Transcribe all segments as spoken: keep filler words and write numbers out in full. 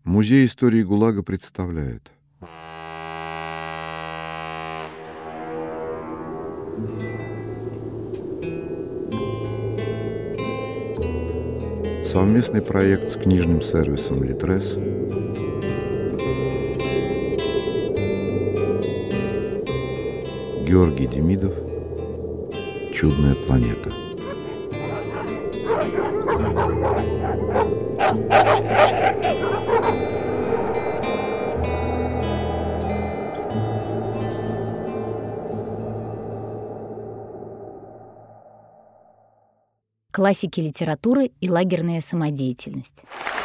Музей истории ГУЛАГа представляет. Совместный проект с книжным сервисом «Литрес». Георгий Демидов. «Чудная планета». Классики литературы и лагерная самодеятельность.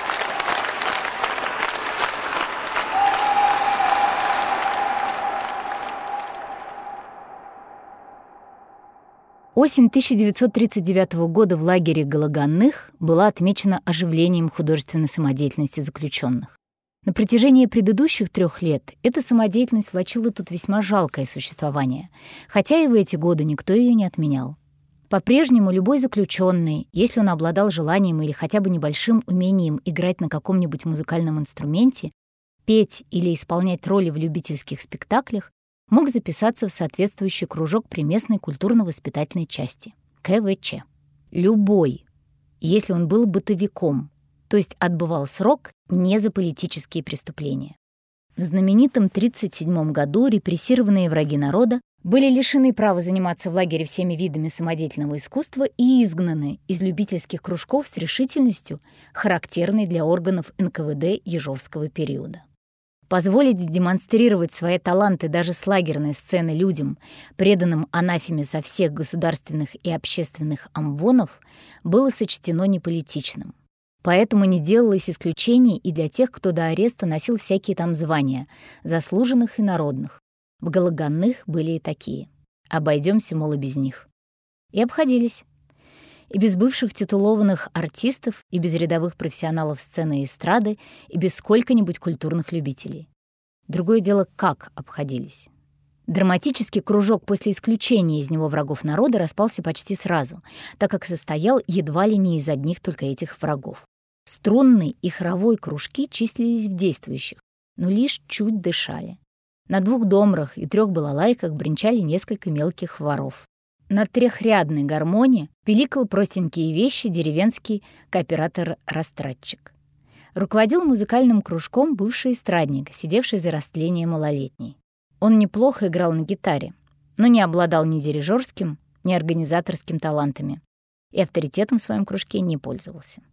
Осень тысяча девятьсот тридцать девятого года в лагере Галаганных была отмечена оживлением художественной самодеятельности заключенных. На протяжении предыдущих трех лет эта самодеятельность влачила тут весьма жалкое существование, хотя и в эти годы никто ее не отменял. По-прежнему любой заключенный, если он обладал желанием или хотя бы небольшим умением играть на каком-нибудь музыкальном инструменте, петь или исполнять роли в любительских спектаклях, мог записаться в соответствующий кружок при местной культурно-воспитательной части — ка вэ че. Любой, если он был бытовиком, то есть отбывал срок не за политические преступления. В знаменитом тридцать седьмом году репрессированные враги народа были лишены права заниматься в лагере всеми видами самодеятельного искусства и изгнаны из любительских кружков с решительностью, характерной для органов эн ка вэ дэ ежовского периода. Позволить демонстрировать свои таланты даже с лагерной сцены людям, преданным анафеме со всех государственных и общественных амвонов, было сочтено неполитичным. Поэтому не делалось исключений и для тех, кто до ареста носил всякие там звания, заслуженных и народных. В Галаганных были и такие. Обойдемся, мол, и без них. И обходились. И без бывших титулованных артистов, и без рядовых профессионалов сцены и эстрады, и без сколько-нибудь культурных любителей. Другое дело, как обходились. Драматический кружок после исключения из него врагов народа распался почти сразу, так как состоял едва ли не из одних только этих врагов. Струнный и хоровой кружки числились в действующих, но лишь чуть дышали. На двух домрах и трех балалайках бренчали несколько мелких воров. На трехрядной гармоне пиликал простенькие вещи деревенский кооператор-растратчик. Руководил музыкальным кружком бывший эстрадник, сидевший за растлением малолетней. Он неплохо играл на гитаре, но не обладал ни дирижерским, ни организаторским талантами и авторитетом в своем кружке не пользовался.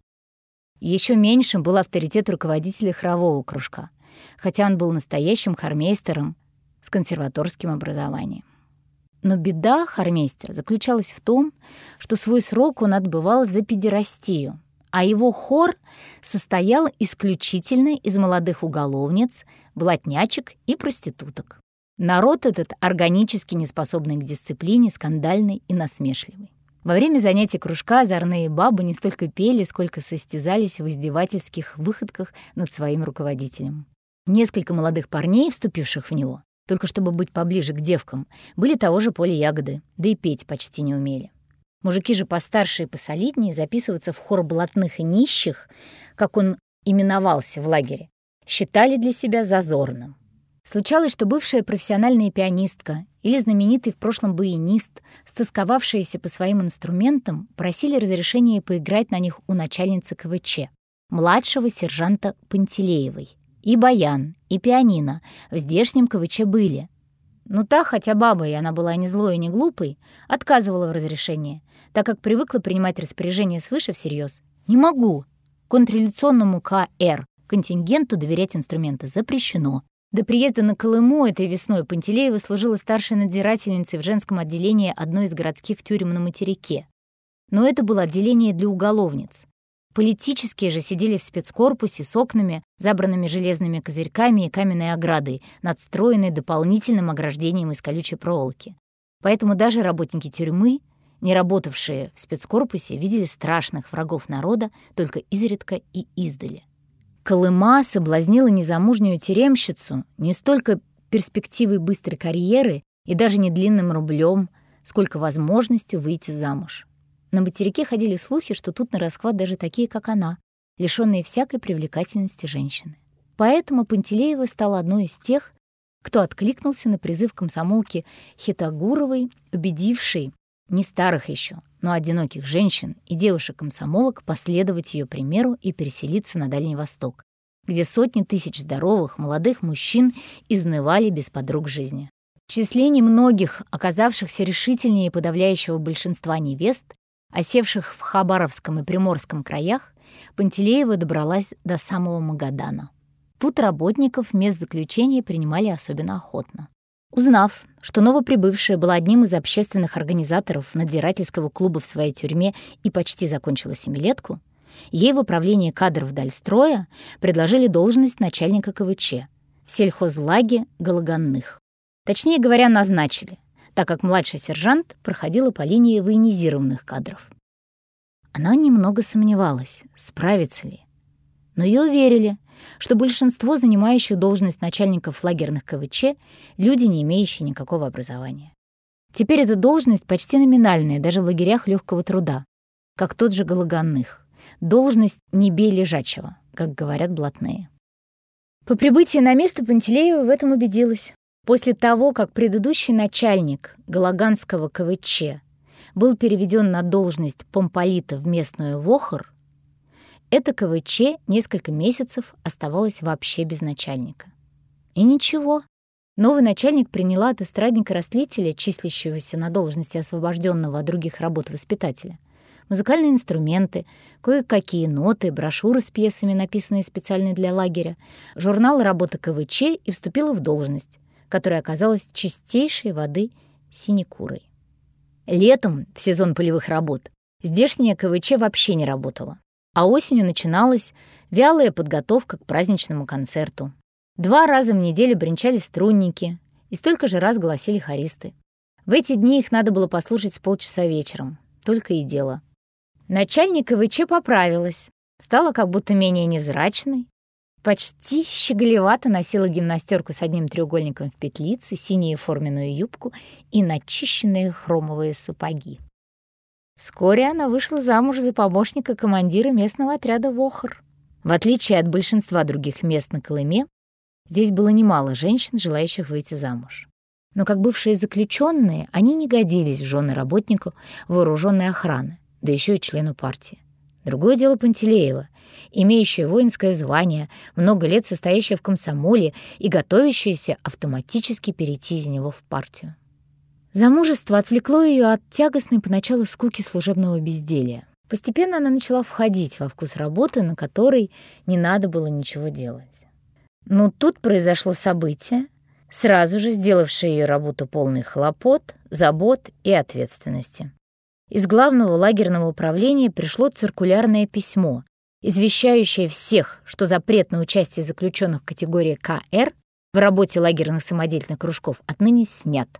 Еще меньшим был авторитет руководителя хорового кружка, хотя он был настоящим хормейстером с консерваторским образованием. Но беда хормейстера заключалась в том, что свой срок он отбывал за педерастию, а его хор состоял исключительно из молодых уголовниц, блатнячек и проституток. Народ этот органически неспособный к дисциплине, скандальный и насмешливый. Во время занятий кружка озорные бабы не столько пели, сколько состязались в издевательских выходках над своим руководителем. Несколько молодых парней, вступивших в него, только чтобы быть поближе к девкам, были того же поля ягоды, да и петь почти не умели. Мужики же постарше и посолиднее записываться в хор блатных и нищих, как он именовался в лагере, считали для себя зазорным. Случалось, что бывшая профессиональная пианистка или знаменитый в прошлом баянист, стосковавшиеся по своим инструментам, просили разрешения поиграть на них у начальницы ка вэ че, младшего сержанта Пантелеевой. И баян, и пианино в здешнем ка вэ че были. Но та, хотя баба, и она была не злой и не глупой, отказывала в разрешении, так как привыкла принимать распоряжения свыше всерьез. «Не могу. Контрреволюционному ка эр контингенту доверять инструменты запрещено». До приезда на Колыму этой весной Пантелеева служила старшей надзирательницей в женском отделении одной из городских тюрем на материке. Но это было отделение для уголовниц. Политические же сидели в спецкорпусе с окнами, забранными железными козырьками и каменной оградой, надстроенной дополнительным ограждением из колючей проволоки. Поэтому даже работники тюрьмы, не работавшие в спецкорпусе, видели страшных врагов народа только изредка и издали. Колыма соблазнила незамужнюю тюремщицу не столько перспективой быстрой карьеры и даже не длинным рублем, сколько возможностью выйти замуж. На материке ходили слухи, что тут на расхват даже такие, как она, лишённые всякой привлекательности женщины. Поэтому Пантелеева стала одной из тех, кто откликнулся на призыв комсомолки Хитагуровой, убедившей не старых еще, но одиноких женщин и девушек-комсомолок последовать ее примеру и переселиться на Дальний Восток, где сотни тысяч здоровых молодых мужчин изнывали без подруг жизни. В числе немногих, оказавшихся решительнее подавляющего большинства невест, осевших в Хабаровском и Приморском краях, Пантелеева добралась до самого Магадана. Тут работников мест заключения принимали особенно охотно. Узнав, что новоприбывшая была одним из общественных организаторов надзирательского клуба в своей тюрьме и почти закончила семилетку, ей в управлении кадров Дальстроя предложили должность начальника ка вэ че в сельхозлаге Гологанных. Точнее говоря, назначили, так как младший сержант проходила по линии военизированных кадров. Она немного сомневалась, справится ли, но ей уверили, что большинство занимающих должность начальников лагерных ка вэ че — люди, не имеющие никакого образования. Теперь эта должность почти номинальная даже в лагерях легкого труда, как тот же Гологанных. Должность «не бей лежачего», как говорят блатные. По прибытии на место Пантелеева в этом убедилась. После того, как предыдущий начальник Гологанского ка вэ че был переведен на должность помполита в местную ВОХР, эта ка вэ че несколько месяцев оставалась вообще без начальника. И ничего. Новый начальник приняла от эстрадника-растлителя, числящегося на должности освобожденного от других работ воспитателя, музыкальные инструменты, кое-какие ноты, брошюры с пьесами, написанные специально для лагеря, журнал работы ка вэ че и вступила в должность, которая оказалась чистейшей воды синекурой. Летом, в сезон полевых работ, здешняя ка вэ че вообще не работала. А осенью начиналась вялая подготовка к праздничному концерту. Два раза в неделю бренчали струнники, и столько же раз голосили хористы. В эти дни их надо было послушать с полчаса вечером. Только и дело. Начальник ка вэ че поправилась, стала как будто менее невзрачной, почти щеголевато носила гимнастерку с одним треугольником в петлице, синюю форменную юбку и начищенные хромовые сапоги. Вскоре она вышла замуж за помощника командира местного отряда ВОХР. В отличие от большинства других мест на Колыме, здесь было немало женщин, желающих выйти замуж. Но как бывшие заключенные, они не годились в жены работнику вооруженной охраны, да еще и члену партии. Другое дело Пантелеева, имеющая воинское звание, много лет состоящая в комсомоле и готовящаяся автоматически перейти из него в партию. Замужество отвлекло ее от тягостной поначалу скуки служебного безделья. Постепенно она начала входить во вкус работы, на которой не надо было ничего делать. Но тут произошло событие, сразу же сделавшее ее работу полной хлопот, забот и ответственности. Из главного лагерного управления пришло циркулярное письмо, извещающее всех, что запрет на участие заключенных категории ка эр в работе лагерных самодеятельных кружков отныне снят.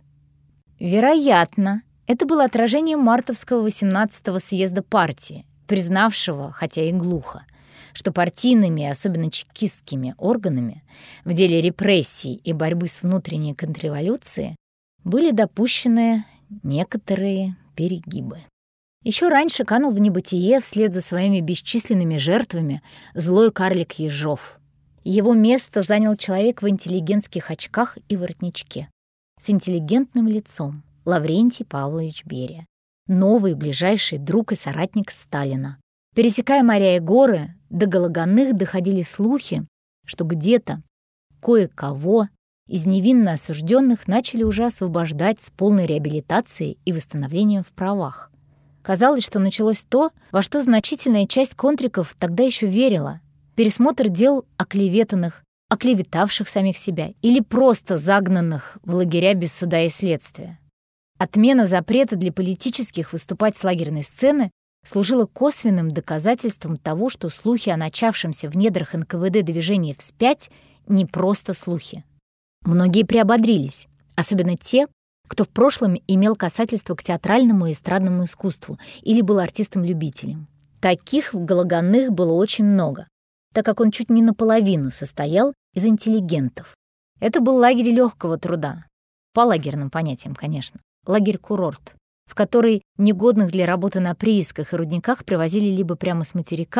Вероятно, это было отражением мартовского восемнадцатого съезда партии, признавшего, хотя и глухо, что партийными, особенно чекистскими органами в деле репрессий и борьбы с внутренней контрреволюцией были допущены некоторые перегибы. Еще раньше канул в небытие вслед за своими бесчисленными жертвами злой карлик Ежов. Его место занял человек в интеллигентских очках и воротничке, с интеллигентным лицом, Лаврентий Павлович Берия, новый ближайший друг и соратник Сталина. Пересекая моря и горы, до Гологанных доходили слухи, что где-то кое-кого из невинно осужденных начали уже освобождать с полной реабилитацией и восстановлением в правах. Казалось, что началось то, во что значительная часть контриков тогда еще верила — пересмотр дел оклеветанных, оклеветавших самих себя или просто загнанных в лагеря без суда и следствия. Отмена запрета для политических выступать с лагерной сцены служила косвенным доказательством того, что слухи о начавшемся в недрах эн ка вэ дэ движении вспять не просто слухи. Многие приободрились, особенно те, кто в прошлом имел касательство к театральному и эстрадному искусству или был артистом-любителем. Таких в Гологанных было очень много, так как он чуть не наполовину состоял из интеллигентов. Это был лагерь легкого труда, по лагерным понятиям, конечно, лагерь-курорт, в который негодных для работы на приисках и рудниках привозили либо прямо с материка,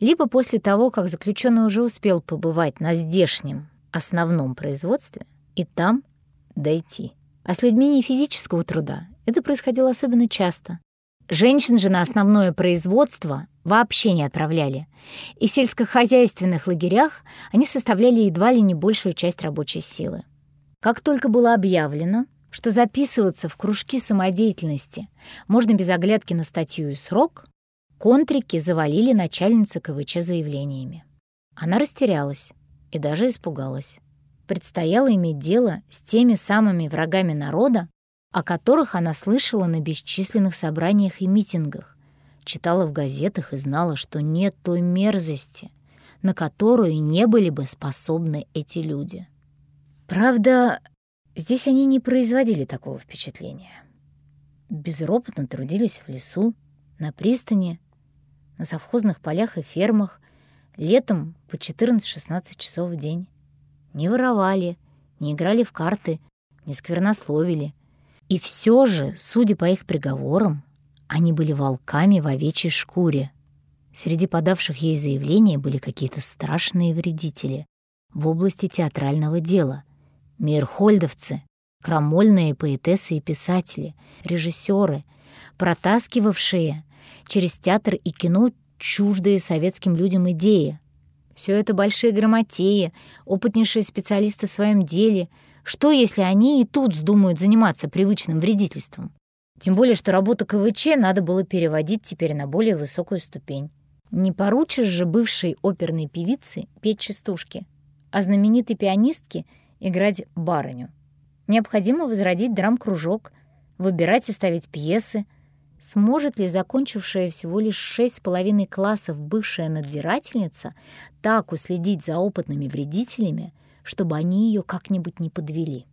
либо после того, как заключенный уже успел побывать на здешнем основном производстве и там дойти. А с людьми не физического труда это происходило особенно часто. Женщин же на основное производство вообще не отправляли, и в сельскохозяйственных лагерях они составляли едва ли не большую часть рабочей силы. Как только было объявлено, что записываться в кружки самодеятельности можно без оглядки на статью и срок, контрики завалили начальницу ка вэ че заявлениями. Она растерялась и даже испугалась. Предстояло иметь дело с теми самыми врагами народа, о которых она слышала на бесчисленных собраниях и митингах, читала в газетах и знала, что нет той мерзости, на которую не были бы способны эти люди. Правда, здесь они не производили такого впечатления. Безропотно трудились в лесу, на пристани, на совхозных полях и фермах, летом по четырнадцать-шестнадцать часов в день. Не воровали, не играли в карты, не сквернословили. И все же, судя по их приговорам, они были волками в овечьей шкуре. Среди подавших ей заявления были какие-то страшные вредители в области театрального дела. Мейерхольдовцы, крамольные поэтессы и писатели, режиссеры, протаскивавшие через театр и кино чуждые советским людям идеи. Все это большие грамотеи, опытнейшие специалисты в своем деле. Что, если они и тут вздумают заниматься привычным вредительством? Тем более, что работу ка вэ че надо было переводить теперь на более высокую ступень. Не поручишь же бывшей оперной певице петь частушки, а знаменитой пианистке играть барыню. Необходимо возродить драм-кружок, выбирать и ставить пьесы. Сможет ли закончившая всего лишь шесть с половиной классов бывшая надзирательница так уследить за опытными вредителями, чтобы они ее как-нибудь не подвели?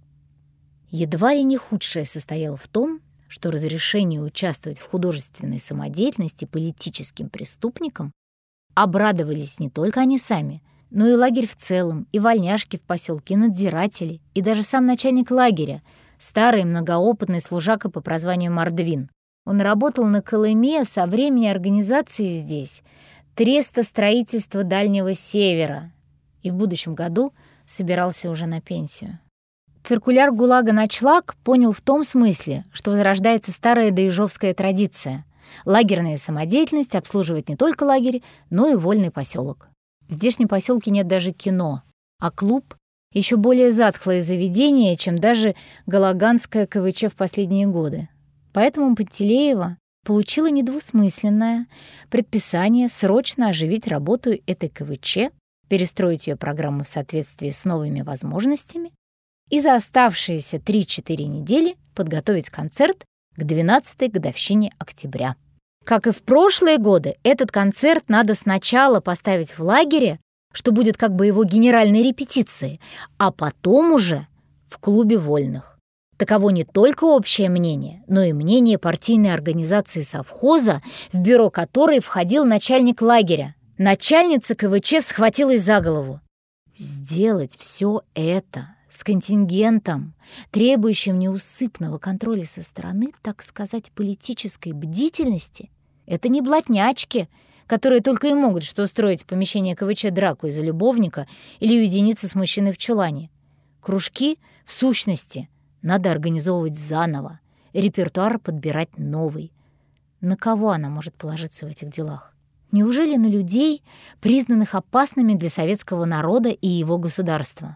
Едва ли не худшее состояло в том, что разрешение участвовать в художественной самодеятельности политическим преступникам обрадовались не только они сами, но и лагерь в целом, и вольняшки в поселке, и надзиратели, и даже сам начальник лагеря, старый многоопытный служака по прозванию Мордвин. Он работал на Колыме со времени организации здесь треста строительства Дальнего Севера и в будущем году собирался уже на пенсию. Циркуляр ГУЛАГа «Ночлаг» понял в том смысле, что возрождается старая доежовская традиция. Лагерная самодеятельность обслуживает не только лагерь, но и вольный поселок. В здешнем поселке нет даже кино, а клуб — еще более затхлое заведение, чем даже галаганское ка вэ че в последние годы. Поэтому Пантелеева получила недвусмысленное предписание срочно оживить работу этой ка вэ че, перестроить ее программу в соответствии с новыми возможностями и за оставшиеся три-четыре недели подготовить концерт к двенадцатой годовщине октября. Как и в прошлые годы, этот концерт надо сначала поставить в лагере, что будет как бы его генеральной репетицией, а потом уже в клубе вольных. Таково не только общее мнение, но и мнение партийной организации совхоза, в бюро которой входил начальник лагеря. Начальница ка вэ че схватилась за голову. Сделать все это с контингентом, требующим неусыпного контроля со стороны, так сказать, политической бдительности, это не блатнячки, которые только и могут что устроить в помещении ка вэ че драку из-за любовника или уединиться с мужчиной в чулане. Кружки, в сущности, надо организовывать заново, репертуар подбирать новый. На кого она может положиться в этих делах? Неужели на людей, признанных опасными для советского народа и его государства?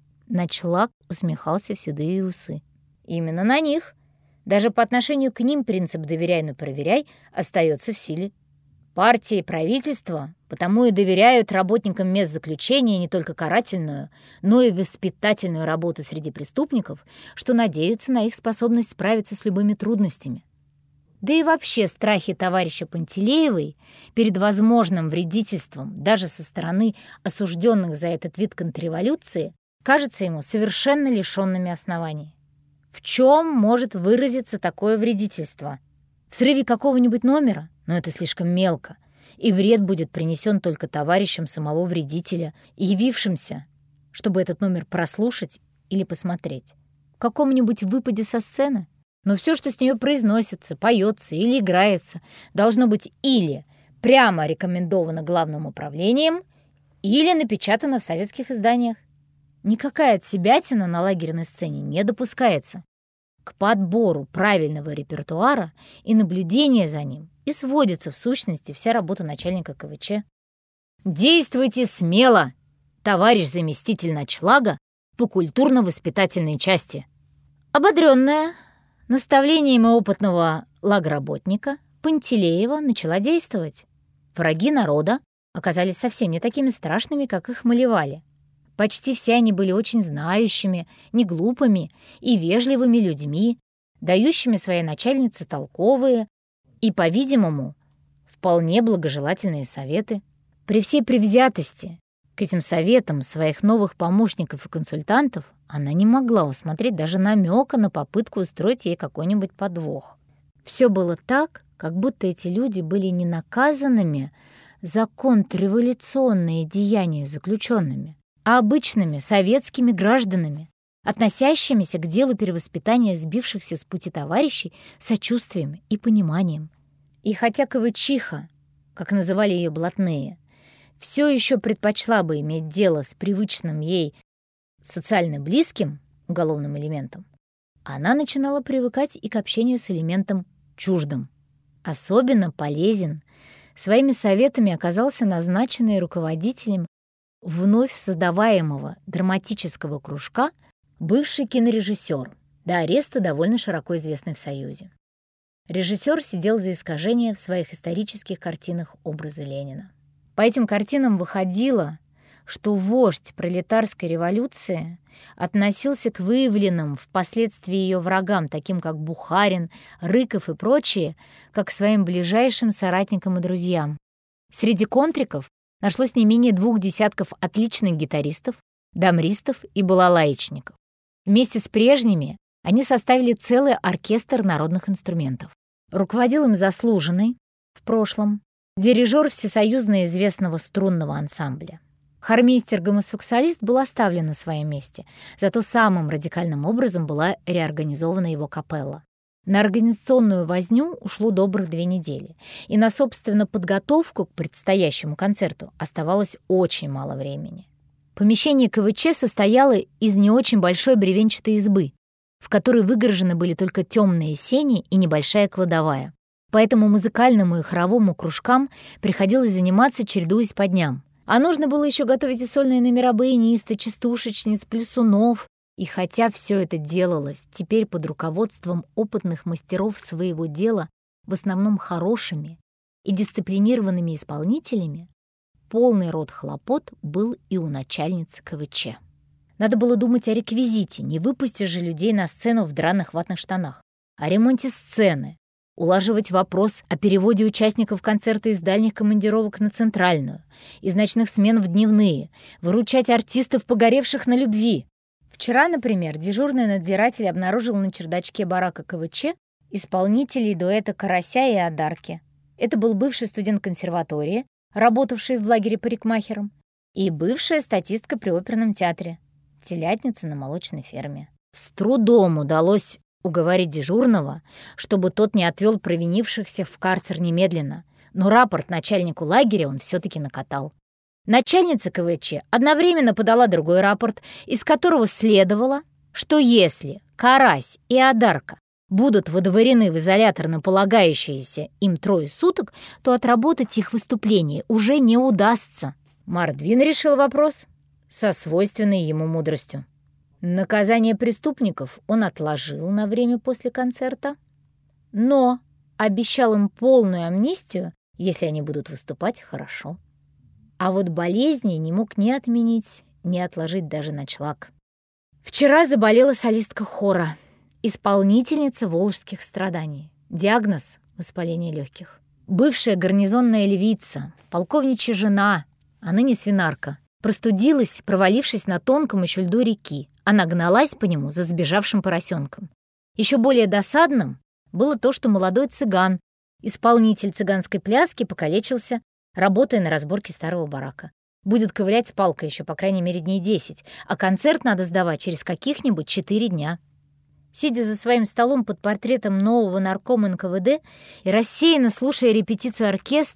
Ночлаг усмехался в седые усы. Именно на них. Даже по отношению к ним принцип «доверяй, но проверяй» остается в силе. Партии и правительство потому и доверяют работникам мест заключения не только карательную, но и воспитательную работу среди преступников, что надеются на их способность справиться с любыми трудностями. Да и вообще страхи товарища Пантелеевой перед возможным вредительством даже со стороны осужденных за этот вид контрреволюции кажутся ему совершенно лишенными оснований. В чем может выразиться такое вредительство? В срыве какого-нибудь номера? Но это слишком мелко, и вред будет принесен только товарищам самого вредителя, явившимся, чтобы этот номер прослушать или посмотреть. В каком-нибудь выпаде со сцены? Но все, что с нее произносится, поется или играется, должно быть или прямо рекомендовано главным управлением или напечатано в советских изданиях. Никакая отсебятина на лагерной сцене не допускается. К подбору правильного репертуара и наблюдения за ним и сводится в сущности вся работа начальника ка вэ че. Действуйте смело, товарищ заместитель начлага по культурно-воспитательной части. Ободренная наставлениями опытного лагработника, Пантелеева начала действовать. Враги народа оказались совсем не такими страшными, как их малевали. Почти все они были очень знающими, неглупыми и вежливыми людьми, дающими своей начальнице толковые и, по-видимому, вполне благожелательные советы. При всей привзятости к этим советам своих новых помощников и консультантов она не могла усмотреть даже намека на попытку устроить ей какой-нибудь подвох. Все было так, как будто эти люди были не наказанными за контрреволюционные деяния заключенными, а обычными советскими гражданами, относящимися к делу перевоспитания сбившихся с пути товарищей сочувствием и пониманием. И хотя КВЧиха, как называли ее блатные, все еще предпочла бы иметь дело с привычным ей социально близким уголовным элементом, она начинала привыкать и к общению с элементом чуждым. Особенно полезен своими советами оказался назначенный руководителем вновь создаваемого драматического кружка бывший кинорежиссер, до ареста довольно широко известный в Союзе. Режиссер сидел за искажение в своих исторических картинах образа Ленина. По этим картинам выходило, что вождь пролетарской революции относился к выявленным впоследствии ее врагам, таким как Бухарин, Рыков и прочие, как к своим ближайшим соратникам и друзьям. Среди контриков нашлось не менее двух десятков отличных гитаристов, дамристов и балалаечников. Вместе с прежними они составили целый оркестр народных инструментов. Руководил им заслуженный, в прошлом, дирижер всесоюзно известного струнного ансамбля. Хормейстер-гомосексуалист был оставлен на своем месте, зато самым радикальным образом была реорганизована его капелла. На организационную возню ушло добрых две недели, и на, собственно, подготовку к предстоящему концерту оставалось очень мало времени. Помещение КВЧ состояло из не очень большой бревенчатой избы, в которой выгорожены были только темные сени и небольшая кладовая. Поэтому музыкальному и хоровому кружкам приходилось заниматься, чередуясь по дням. А нужно было еще готовить и сольные номера баяниста, частушечниц, плясунов. И хотя все это делалось теперь под руководством опытных мастеров своего дела, в основном хорошими и дисциплинированными исполнителями, полный род хлопот был и у начальницы КВЧ. Надо было думать о реквизите, не выпустишь же людей на сцену в драных ватных штанах, о ремонте сцены, улаживать вопрос о переводе участников концерта из дальних командировок на центральную, из ночных смен в дневные, выручать артистов, погоревших на любви. Вчера, например, дежурный надзиратель обнаружил на чердачке барака КВЧ исполнителей дуэта «Карася» и «Одарки». Это был бывший студент консерватории, работавший в лагере парикмахером, и бывшая статистка при оперном театре, телятница на молочной ферме. С трудом удалось уговорить дежурного, чтобы тот не отвел провинившихся в карцер немедленно, но рапорт начальнику лагеря он все-таки накатал. Начальница КВЧ одновременно подала другой рапорт, из которого следовало, что если Карась и Одарка будут выдворены в изолятор на полагающиеся им трое суток, то отработать их выступление уже не удастся. Мордвин решил вопрос со свойственной ему мудростью. Наказание преступников он отложил на время после концерта, но обещал им полную амнистию, если они будут выступать хорошо. А вот болезни не мог ни отменить, ни отложить даже ночлаг. Вчера заболела солистка хора, исполнительница волжских страданий. Диагноз — воспаление легких. Бывшая гарнизонная львица, полковничья жена, а ныне свинарка, простудилась, провалившись на тонком еще льду реки. Она гналась по нему за сбежавшим поросенком. Еще более досадным было то, что молодой цыган, исполнитель цыганской пляски, покалечился, работая на разборке старого барака. Будет ковылять палкой еще, по крайней мере, дней десять, а концерт надо сдавать через каких-нибудь четыре дня. Сидя за своим столом под портретом нового наркома эн ка вэ дэ и рассеянно слушая репетицию оркестра,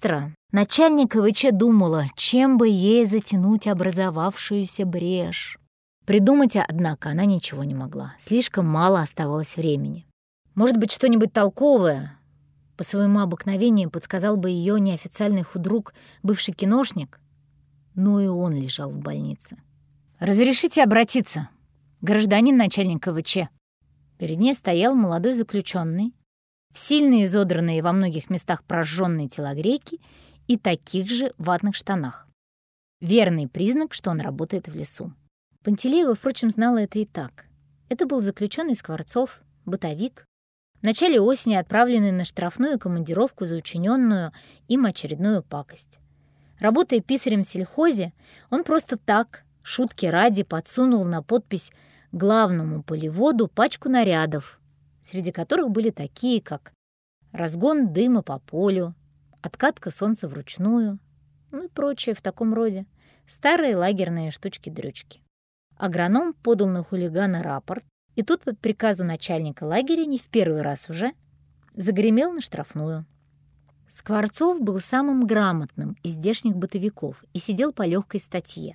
Начальник КВЧ думала, чем бы ей затянуть образовавшуюся брешь. Придумать, однако, она ничего не могла. Слишком мало оставалось времени. Может быть, что-нибудь толковое, по своему обыкновению, подсказал бы ее неофициальный худрук, бывший киношник, но и он лежал в больнице. «Разрешите обратиться, гражданин начальник КВЧ». Перед ней стоял молодой заключенный, в сильно изодранной и во многих местах прожженной телогрейке и таких же ватных штанах. Верный признак, что он работает в лесу. Пантелеева, впрочем, знала это и так. Это был заключенный Скворцов, бытовик, в начале осени отправленный на штрафную командировку за учиненную им очередную пакость. Работая писарем в сельхозе, он просто так, шутки ради, подсунул на подпись главному полеводу пачку нарядов, среди которых были такие, как разгон дыма по полю, откатка солнца вручную, ну и прочее в таком роде, старые лагерные штучки-дрючки. Агроном подал на хулигана рапорт, и тут по приказу начальника лагеря не в первый раз уже загремел на штрафную. Скворцов был самым грамотным из здешних бытовиков и сидел по легкой статье.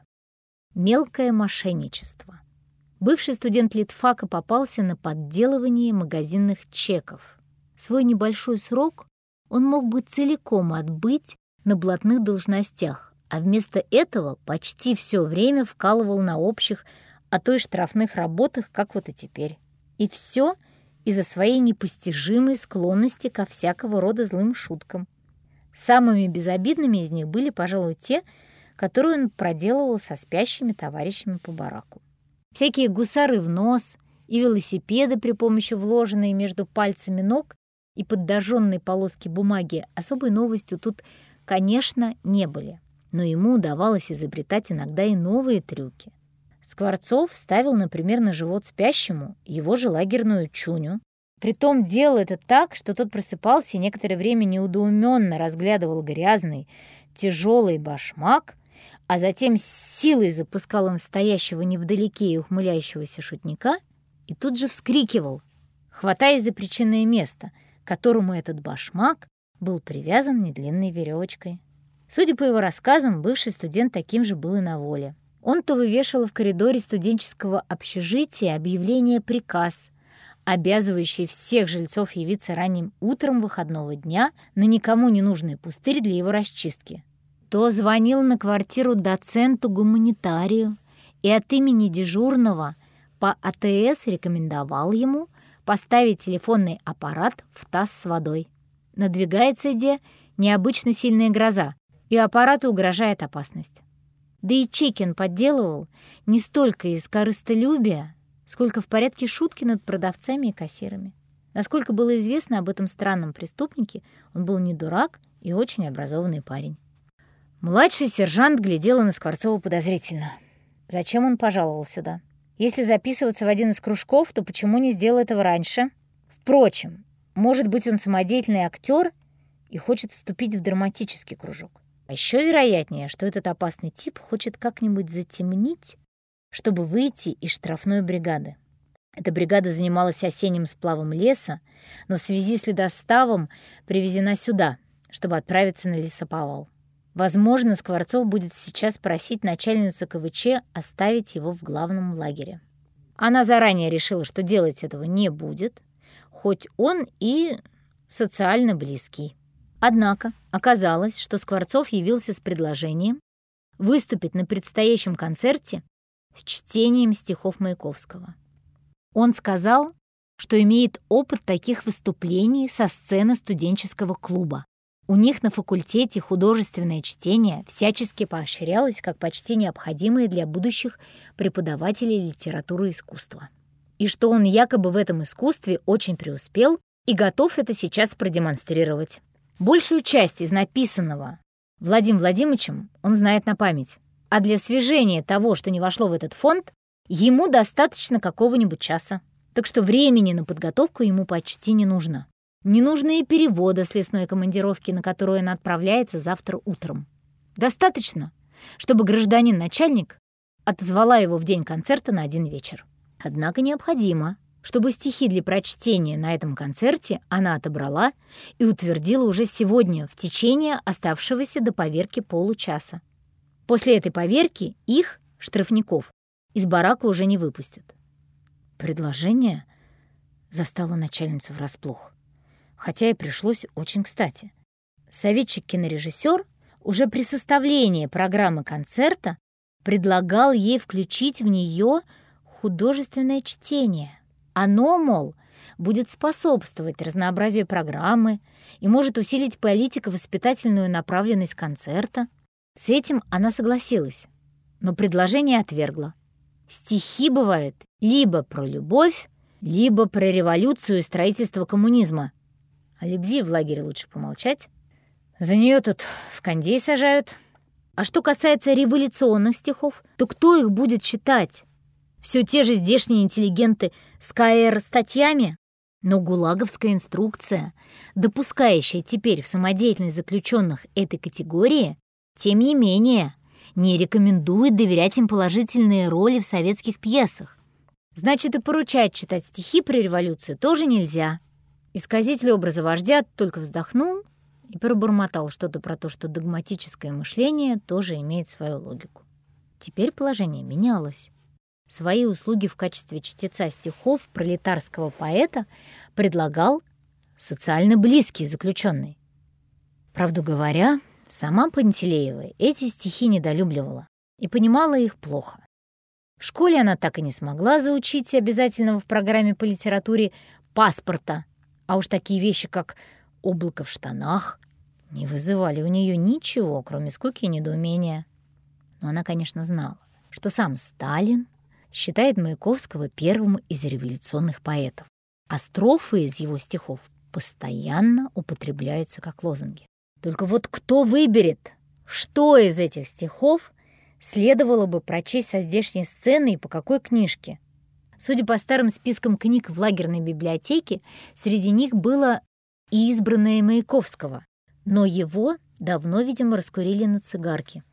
Мелкое мошенничество. Бывший студент литфака попался на подделывание магазинных чеков. Свой небольшой срок он мог бы целиком отбыть на блатных должностях, а вместо этого почти все время вкалывал на общих, а то и штрафных работах, как вот и теперь. И все из-за своей непостижимой склонности ко всякого рода злым шуткам. Самыми безобидными из них были, пожалуй, те, которые он проделывал со спящими товарищами по бараку. Всякие гусары в нос и велосипеды при помощи вложенной между пальцами ног и подожженной полоски бумаги особой новостью тут, конечно, не были. Но ему удавалось изобретать иногда и новые трюки. Скворцов ставил, например, на живот спящему его же лагерную чуню. Притом делал это так, что тот просыпался и некоторое время неудоуменно разглядывал грязный, тяжелый башмак, а затем с силой запускал им стоящего невдалеке и ухмыляющегося шутника и тут же вскрикивал, хватаясь за причинное место, к которому этот башмак был привязан недлинной веревочкой. Судя по его рассказам, бывший студент таким же был и на воле. Он-то вывешивал в коридоре студенческого общежития объявление-приказ, обязывающий всех жильцов явиться ранним утром выходного дня на никому не нужный пустырь для его расчистки. То звонил на квартиру доценту-гуманитарию и от имени дежурного по АТС рекомендовал ему поставить телефонный аппарат в таз с водой. Надвигается где необычно сильная гроза, и аппарату угрожает опасность. Да и чеки он подделывал не столько из корыстолюбия, сколько в порядке шутки над продавцами и кассирами. Насколько было известно об этом странном преступнике, он был не дурак и очень образованный парень. Младший сержант глядела на Скворцова подозрительно. Зачем он пожаловал сюда? Если записываться в один из кружков, то почему не сделал этого раньше? Впрочем, может быть, он самодеятельный актер и хочет вступить в драматический кружок. А еще вероятнее, что этот опасный тип хочет как-нибудь затемнить, чтобы выйти из штрафной бригады. Эта бригада занималась осенним сплавом леса, но в связи с ледоставом привезена сюда, чтобы отправиться на лесоповал. Возможно, Скворцов будет сейчас просить начальницу КВЧ оставить его в главном лагере. Она заранее решила, что делать этого не будет, хоть он и социально близкий. Однако оказалось, что Скворцов явился с предложением выступить на предстоящем концерте с чтением стихов Маяковского. Он сказал, что имеет опыт таких выступлений со сцены студенческого клуба. У них на факультете художественное чтение всячески поощрялось как почти необходимое для будущих преподавателей литературы и искусства. И что он якобы в этом искусстве очень преуспел и готов это сейчас продемонстрировать. Большую часть из написанного Владимиром Владимировичем он знает на память, а для освежения того, что не вошло в этот фонд, ему достаточно какого-нибудь часа. Так что времени на подготовку ему почти не нужно. Не нужно и перевода с лесной командировки, на которую он отправляется завтра утром. Достаточно, чтобы гражданин-начальник отозвала его в день концерта на один вечер. Однако необходимо, чтобы стихи для прочтения на этом концерте она отобрала и утвердила уже сегодня, в течение оставшегося до поверки получаса. После этой поверки их, штрафников, из барака уже не выпустят. Предложение застало начальницу врасплох, хотя и пришлось очень кстати. Советчик-кинорежиссер уже при составлении программы концерта предлагал ей включить в нее художественное чтение. Оно, мол, будет способствовать разнообразию программы и может усилить политико-воспитательную направленность концерта. С этим она согласилась, но предложение отвергла. Стихи бывают либо про любовь, либо про революцию и строительство коммунизма. О любви в лагере лучше помолчать. За нее тут в кондей сажают. А что касается революционных стихов, то кто их будет читать? Все те же здешние интеллигенты с ка эр статьями? Но гулаговская инструкция, допускающая теперь в самодеятельность заключенных этой категории, тем не менее, не рекомендует доверять им положительные роли в советских пьесах. Значит, и поручать читать стихи при революции тоже нельзя. Исказитель образа вождя только вздохнул и пробормотал что-то про то, что догматическое мышление тоже имеет свою логику. Теперь положение менялось. Свои услуги в качестве чтеца стихов пролетарского поэта предлагал социально близкий заключенный. Правду говоря, сама Пантелеева эти стихи недолюбливала и понимала их плохо. В школе она так и не смогла заучить обязательного в программе по литературе паспорта, а уж такие вещи, как «облако в штанах», не вызывали у нее ничего, кроме скуки и недоумения. Но она, конечно, знала, что сам Сталин считает Маяковского первым из революционных поэтов, а строфы из его стихов постоянно употребляются как лозунги. Только вот кто выберет, что из этих стихов следовало бы прочесть со здешней сцены и по какой книжке? Судя по старым спискам книг в лагерной библиотеке, среди них было и избранное Маяковского, но его давно, видимо, раскурили на цигарке.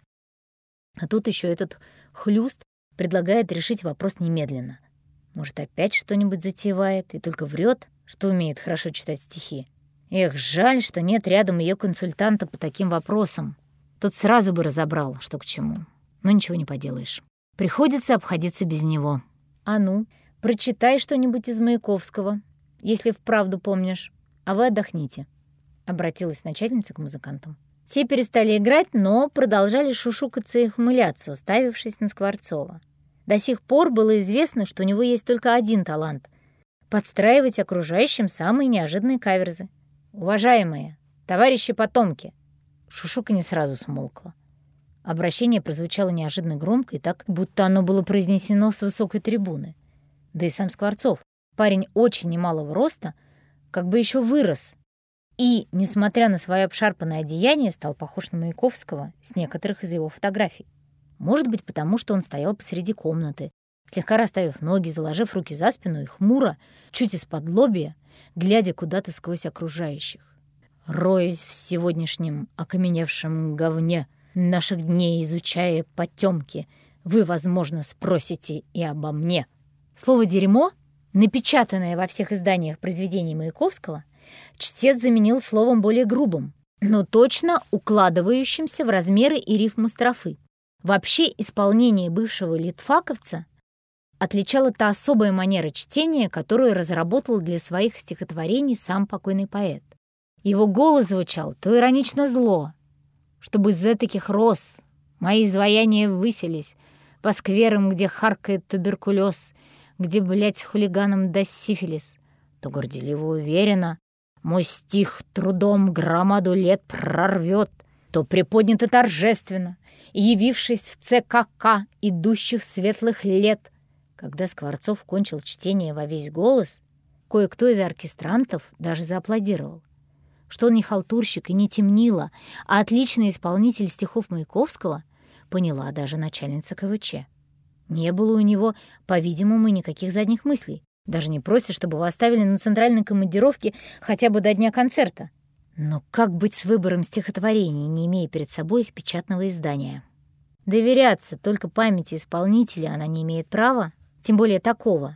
А тут еще этот хлюст предлагает решить вопрос немедленно. Может, опять что-нибудь затевает и только врет, что умеет хорошо читать стихи. Эх, жаль, что нет рядом ее консультанта по таким вопросам. Тот сразу бы разобрал, что к чему. Но ничего не поделаешь. Приходится обходиться без него. А ну, прочитай что-нибудь из Маяковского, если вправду помнишь, а вы отдохните. Обратилась начальница к музыкантам. Те перестали играть, но продолжали шушукаться и ухмыляться, уставившись на Скворцова. До сих пор было известно, что у него есть только один талант — подстраивать окружающим самые неожиданные каверзы. «Уважаемые, товарищи потомки!» Шушуканье сразу смолкло. Обращение прозвучало неожиданно громко и так, будто оно было произнесено с высокой трибуны. Да и сам Скворцов, парень очень немалого роста, как бы еще вырос. И, несмотря на свое обшарпанное одеяние, стал похож на Маяковского с некоторых из его фотографий. Может быть, потому что он стоял посреди комнаты, слегка расставив ноги, заложив руки за спину и хмуро, чуть из-под лобья, глядя куда-то сквозь окружающих. «Роясь в сегодняшнем окаменевшем говне, наших дней изучая потемки, вы, возможно, спросите и обо мне». Слово «дерьмо», напечатанное во всех изданиях произведений Маяковского, чтец заменил словом более грубым, но точно укладывающимся в размеры и рифму строфы. Вообще, исполнение бывшего литфаковца отличала та особая манера чтения, которую разработал для своих стихотворений сам покойный поэт. Его голос звучал то иронично зло, чтобы из таких роз мои изваяния высились по скверам, где харкает туберкулез, где, блядь, с хулиганом да сифилис, то горделиво уверенно мой стих трудом громаду лет прорвет, то приподнято торжественно, явившись в цэ ка ка идущих светлых лет. Когда Скворцов кончил чтение во весь голос, кое-кто из оркестрантов даже зааплодировал. Что он не халтурщик и не темнило, а отличный исполнитель стихов Маяковского, поняла даже начальница ка вэ че. Не было у него, по-видимому, никаких задних мыслей. Даже не просит, чтобы его оставили на центральной командировке хотя бы до дня концерта. Но как быть с выбором стихотворений, не имея перед собой их печатного издания? Доверяться только памяти исполнителя она не имеет права, тем более такого,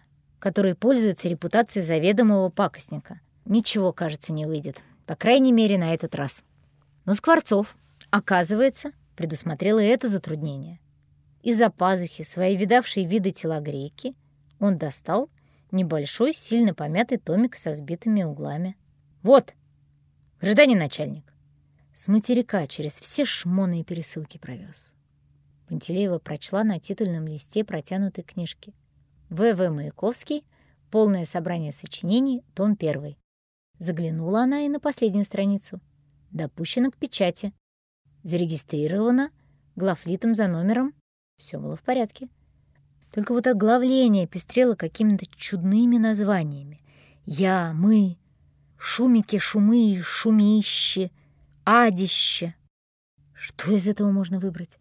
который пользуется репутацией заведомого пакостника. Ничего, кажется, не выйдет. По крайней мере, на этот раз. Но Скворцов, оказывается, предусмотрел и это затруднение. Из-за пазухи своей видавшей виды телогрейки он достал небольшой, сильно помятый томик со сбитыми углами. «Вот, гражданин начальник!» С материка через все шмоны и пересылки провез. Пантелеева прочла на титульном листе протянутой книжки. В В. Маяковский. Полное собрание сочинений. Том первый. Заглянула она и на последнюю страницу. Допущена к печати. Зарегистрирована главлитом за номером. Все было в порядке. Только вот оглавление пестрело какими-то чудными названиями. Я, мы, шумики, шумы, шумище, адище. Что из этого можно выбрать?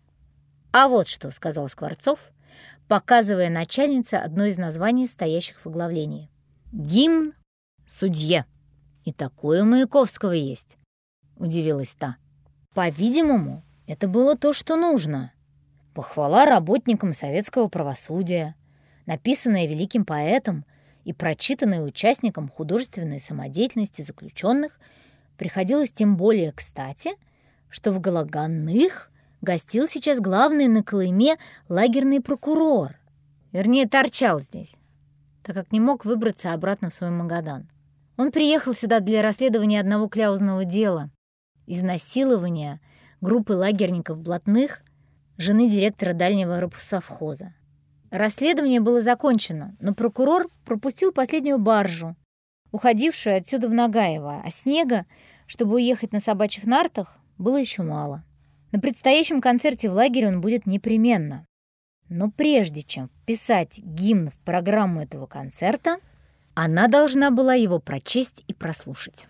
А вот что, сказал Скворцов, показывая начальнице одно из названий, стоящих в оглавлении. Гимн судье. И такое у Маяковского есть, удивилась та. По-видимому, это было то, что нужно. Похвала работникам советского правосудия, написанная великим поэтом и прочитанная участникам художественной самодеятельности заключенных, приходилось тем более кстати, что в Гологанных гостил сейчас главный на Колыме лагерный прокурор. Вернее, торчал здесь, так как не мог выбраться обратно в свой Магадан. Он приехал сюда для расследования одного кляузного дела — изнасилования группы лагерников блатных, жены директора дальнего рыбсовхоза. Расследование было закончено, но прокурор пропустил последнюю баржу, уходившую отсюда в Нагаево, а снега, чтобы уехать на собачьих нартах, было еще мало. На предстоящем концерте в лагере он будет непременно. Но прежде чем вписать гимн в программу этого концерта, она должна была его прочесть и прослушать.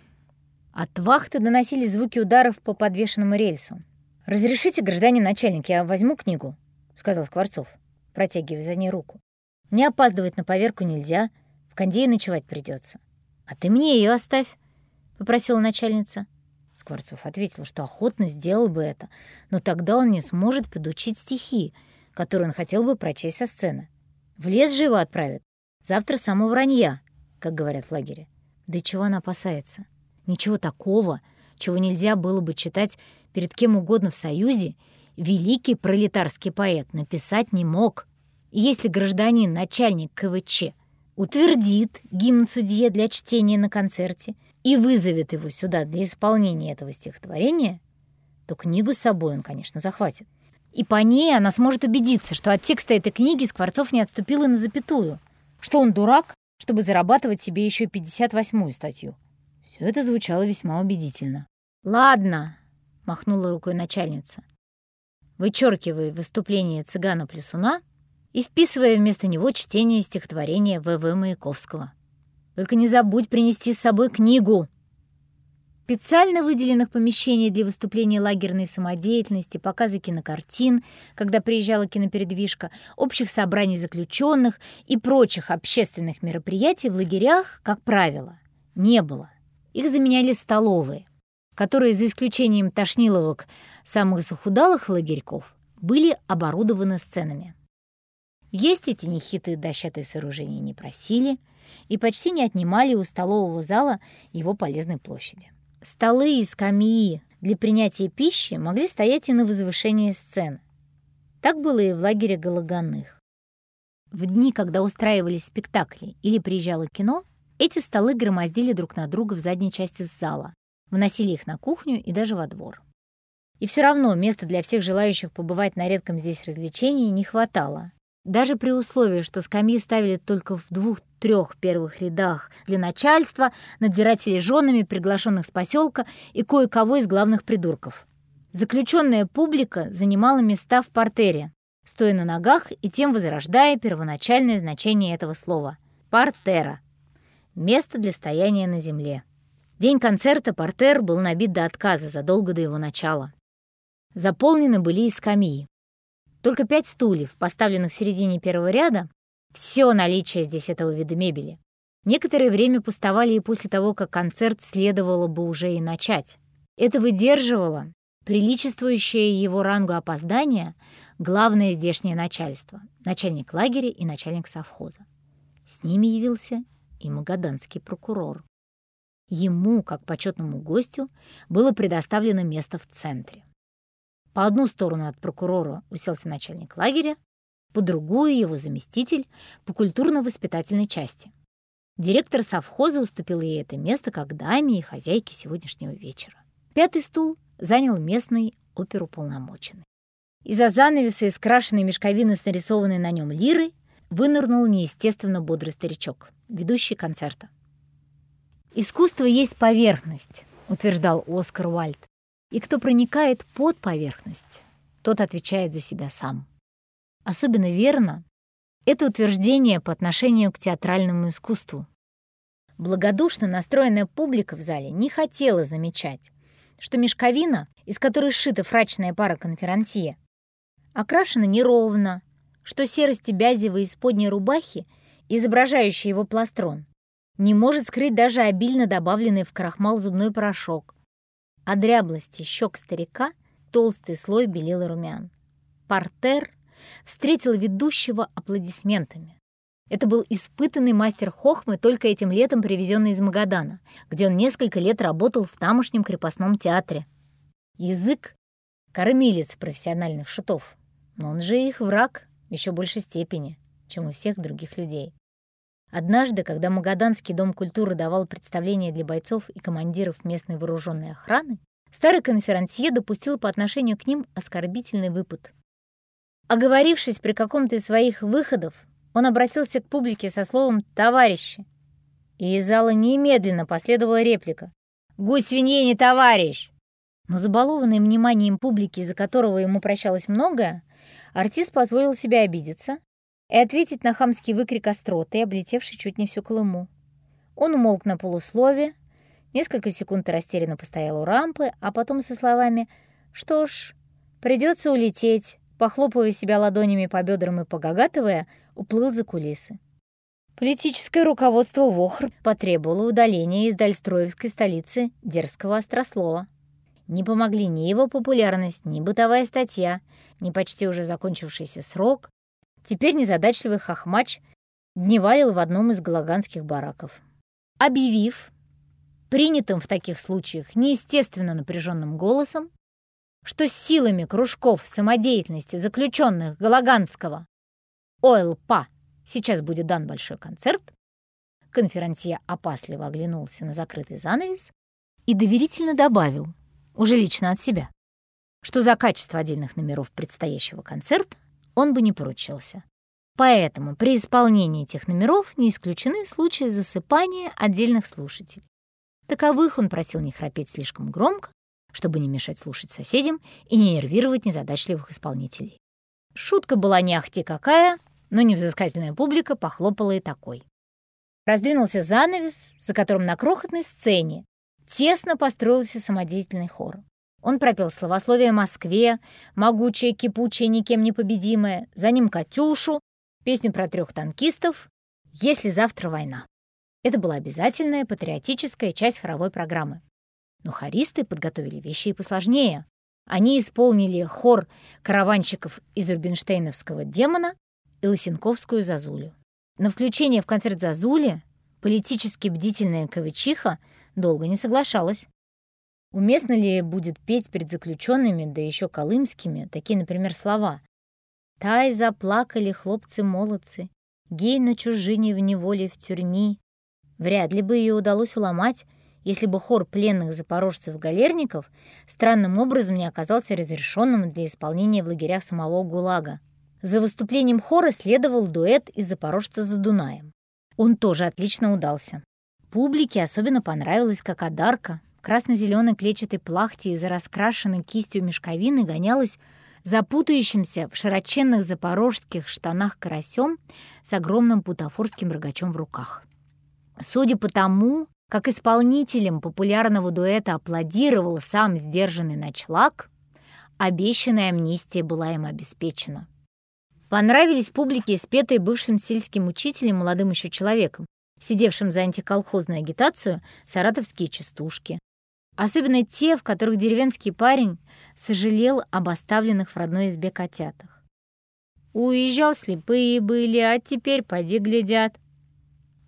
От вахты доносились звуки ударов по подвешенному рельсу. «Разрешите, гражданин начальник, я возьму книгу», — сказал Скворцов, протягивая за ней руку. «Мне опаздывать на поверку нельзя, в кондее ночевать придется». «А ты мне ее оставь», — попросила начальница. Скворцов ответил, что охотно сделал бы это, но тогда он не сможет подучить стихи, которые он хотел бы прочесть со сцены. В лес же его отправят. Завтра самого вранья, как говорят в лагере. Да и чего она опасается? Ничего такого, чего нельзя было бы читать перед кем угодно в Союзе, великий пролетарский поэт написать не мог. И если гражданин, начальник ка вэ че, утвердит гимн судье для чтения на концерте и вызовет его сюда для исполнения этого стихотворения, то книгу с собой он, конечно, захватит. И по ней она сможет убедиться, что от текста этой книги Скворцов не отступил и на запятую, что он дурак, чтобы зарабатывать себе еще пятьдесят восьмую статью. Все это звучало весьма убедительно. «Ладно», — махнула рукой начальница, вычеркивая выступление цыгана-плясуна и вписывая вместо него чтение стихотворения В В Маяковского. «Только не забудь принести с собой книгу». Специально выделенных помещений для выступления лагерной самодеятельности, показа кинокартин, когда приезжала кинопередвижка, общих собраний заключенных и прочих общественных мероприятий в лагерях, как правило, не было. Их заменяли столовые, которые, за исключением тошниловок самых захудалых лагерьков, были оборудованы сценами. Есть эти нехитрые дощатые сооружения не просили и почти не отнимали у столового зала его полезной площади. Столы и скамьи для принятия пищи могли стоять и на возвышении сцены. Так было и в лагере Гологанных. В дни, когда устраивались спектакли или приезжало кино, эти столы громоздили друг на друга в задней части зала, выносили их на кухню и даже во двор. И все равно места для всех желающих побывать на редком здесь развлечении не хватало. Даже при условии, что скамьи ставили только в двух-трех первых рядах для начальства, надзирателей женами, приглашенных с поселка и кое-кого из главных придурков. Заключенная публика занимала места в партере, стоя на ногах и тем возрождая первоначальное значение этого слова — партера — место для стояния на земле. День концерта партер был набит до отказа задолго до его начала. Заполнены были и скамьи. Только пять стульев, поставленных в середине первого ряда, все наличие здесь этого вида мебели, некоторое время пустовали и после того, как концерт следовало бы уже и начать. Это выдерживало приличествующее его рангу опоздания главное здешнее начальство, начальник лагеря и начальник совхоза. С ними явился и магаданский прокурор. Ему, как почетному гостю, было предоставлено место в центре. По одну сторону от прокурора уселся начальник лагеря, по другую — его заместитель по культурно-воспитательной части. Директор совхоза уступил ей это место как даме и хозяйке сегодняшнего вечера. Пятый стул занял местный оперуполномоченный. Из-за занавеса из крашеной мешковины с нарисованной на нем лирой вынырнул неестественно бодрый старичок, ведущий концерта. «Искусство есть поверхность», — утверждал Оскар Уальд. «И кто проникает под поверхность, тот отвечает за себя сам». Особенно верно это утверждение по отношению к театральному искусству. Благодушно настроенная публика в зале не хотела замечать, что мешковина, из которой сшита фрачная пара конферансье, окрашена неровно, что серость бязевой исподней рубахи, изображающей его пластрон, не может скрыть даже обильно добавленный в крахмал зубной порошок. О дряблости щек старика толстый слой белил румян. Партер встретил ведущего аплодисментами. Это был испытанный мастер хохмы, только этим летом привезенный из Магадана, где он несколько лет работал в тамошнем крепостном театре. Язык — кормилец профессиональных шутов, но он же их враг в еще большей степени, чем у всех других людей. Однажды, когда Магаданский дом культуры давал представления для бойцов и командиров местной вооруженной охраны, старый конферансье допустил по отношению к ним оскорбительный выпад. Оговорившись при каком-то из своих выходов, он обратился к публике со словом «товарищи». И из зала немедленно последовала реплика «Гусь свинье не товарищ!». Но забалованный вниманием публики, из-за которого ему прощалось многое, артист позволил себе обидеться и ответить на хамский выкрик остроты, облетевший чуть не всю Колыму. Он умолк на полуслове, несколько секунд растерянно постоял у рампы, а потом со словами «Что ж, придется улететь», похлопывая себя ладонями по бедрам и погагатывая, уплыл за кулисы. Политическое руководство ВОХР потребовало удаления из дальстроевской столицы дерзкого острослова. Не помогли ни его популярность, ни бытовая статья, ни почти уже закончившийся срок. Теперь незадачливый хохмач дневалил в одном из галаганских бараков. Объявив, принятым в таких случаях неестественно напряженным голосом, что с силами кружков самодеятельности заключенных Галаганского ОЛПА сейчас будет дан большой концерт, конферансье опасливо оглянулся на закрытый занавес и доверительно добавил, уже лично от себя, что за качество отдельных номеров предстоящего концерта он бы не поручился. Поэтому при исполнении этих номеров не исключены случаи засыпания отдельных слушателей. Таковых он просил не храпеть слишком громко, чтобы не мешать слушать соседям и не нервировать незадачливых исполнителей. Шутка была не ахти какая, но невзыскательная публика похлопала и такой. Раздвинулся занавес, за которым на крохотной сцене тесно построился самодеятельный хор. Он пропел словословие Москве, могучее, кипучее, никем не победимое, за ним «Катюшу», песню про трех танкистов «Если завтра война». Это была обязательная патриотическая часть хоровой программы. Но хористы подготовили вещи и посложнее. Они исполнили хор караванщиков из Рубинштейновского «Демона» и лысенковскую «Зазулю». На включение в концерт «Зазули» политически бдительная кавычиха долго не соглашалась. Уместно ли будет петь перед заключенными, да еще колымскими, такие, например, слова «Тай заплакали хлопцы-молодцы, гей на чужине в неволе в тюрьми». Вряд ли бы ее удалось уломать, если бы хор пленных запорожцев-галерников странным образом не оказался разрешенным для исполнения в лагерях самого ГУЛАГа. За выступлением хора следовал дуэт из «Запорожца за Дунаем». Он тоже отлично удался. Публике особенно понравилось, как одарка в красно-зеленой клетчатой плахте и за раскрашенной кистью мешковины гонялась за путающимся в широченных запорожских штанах карасем с огромным бутафорским рогачом в руках. Судя по тому, как исполнителем популярного дуэта аплодировал сам сдержанный ночлаг, обещанная амнистия была им обеспечена. Понравились публике спетые бывшим сельским учителем, молодым еще человеком, сидевшим за антиколхозную агитацию, саратовские частушки. Особенно те, в которых деревенский парень сожалел об оставленных в родной избе котятах. «Уезжал, слепые были, а теперь поди глядят».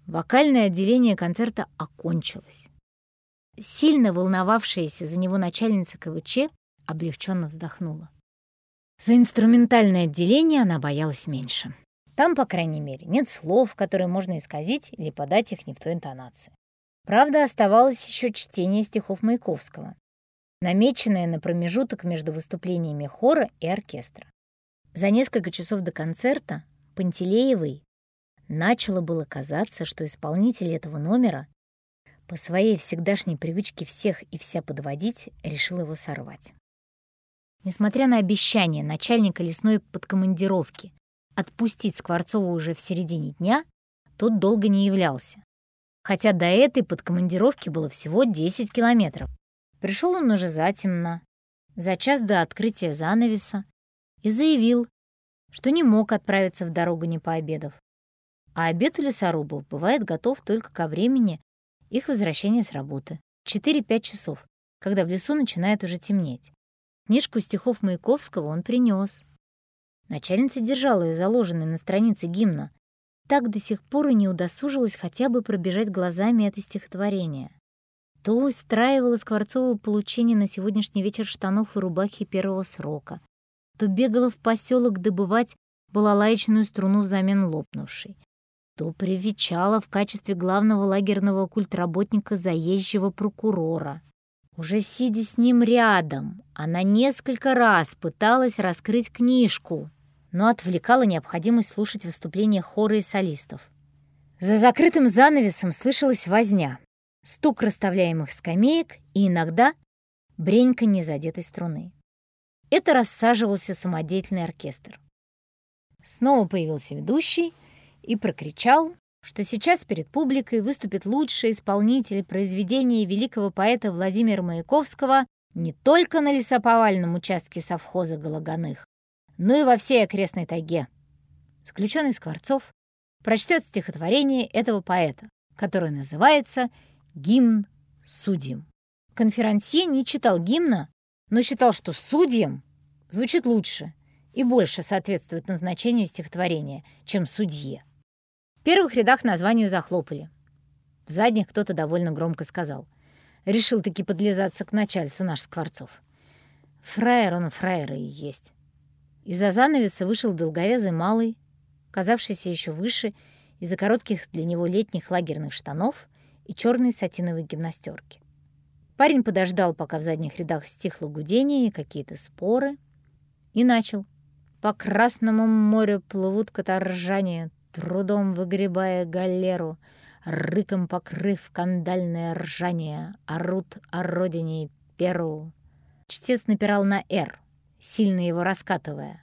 Вокальное отделение концерта окончилось. Сильно волновавшаяся за него начальница ка вэ че облегченно вздохнула. За инструментальное отделение она боялась меньше. Там, по крайней мере, нет слов, которые можно исказить или подать их не в той интонации. Правда, оставалось еще чтение стихов Маяковского, намеченное на промежуток между выступлениями хора и оркестра. За несколько часов до концерта Пантелеевой начало было казаться, что исполнитель этого номера по своей всегдашней привычке всех и вся подводить решил его сорвать. Несмотря на обещание начальника лесной подкомандировки отпустить Скворцова уже в середине дня, тот долго не являлся. Хотя до этой подкомандировки было всего десять километров. Пришел он уже затемно, за час до открытия занавеса, и заявил, что не мог отправиться в дорогу, не пообедав. А обед у лесорубов бывает готов только ко времени их возвращения с работы — четыре-пять часов, когда в лесу начинает уже темнеть. Книжку стихов Маяковского он принес. Начальница держала ее заложенной на странице гимна. Так до сих пор и не удосужилась хотя бы пробежать глазами это стихотворение. То устраивала Скворцову получение на сегодняшний вечер штанов и рубахи первого срока, то бегала в поселок добывать балалаечную струну взамен лопнувшей, то привечала в качестве главного лагерного культработника заезжего прокурора. Уже сидя с ним рядом, она несколько раз пыталась раскрыть книжку, но отвлекала необходимость слушать выступления хора и солистов. За закрытым занавесом слышалась возня, стук расставляемых скамеек и иногда бренька незадетой струны. Это рассаживался самодеятельный оркестр. Снова появился ведущий и прокричал, что сейчас перед публикой выступит лучший исполнитель произведения великого поэта Владимира Маяковского не только на лесоповальном участке совхоза Гологаных, но и во всей окрестной тайге. Заключенный Скворцов прочтет стихотворение этого поэта, которое называется «Гимн судьям». Конферансье не читал гимна, но считал, что «судьям» звучит лучше и больше соответствует назначению стихотворения, чем «судье». В первых рядах названию захлопали. В задних кто-то довольно громко сказал: «Решил-таки подлизаться к начальству наш Скворцов. Фраер он фраера и есть». Из-за занавеса вышел долговязый малый, казавшийся еще выше из-за коротких для него летних лагерных штанов и черной сатиновой гимнастерки. Парень подождал, пока в задних рядах стихло гудение и какие-то споры, и начал. «По Красному морю плывут каторжане, трудом выгребая галеру, рыком покрыв кандальное ржание, орут о родине Перу». Чтец напирал на «р», сильно его раскатывая.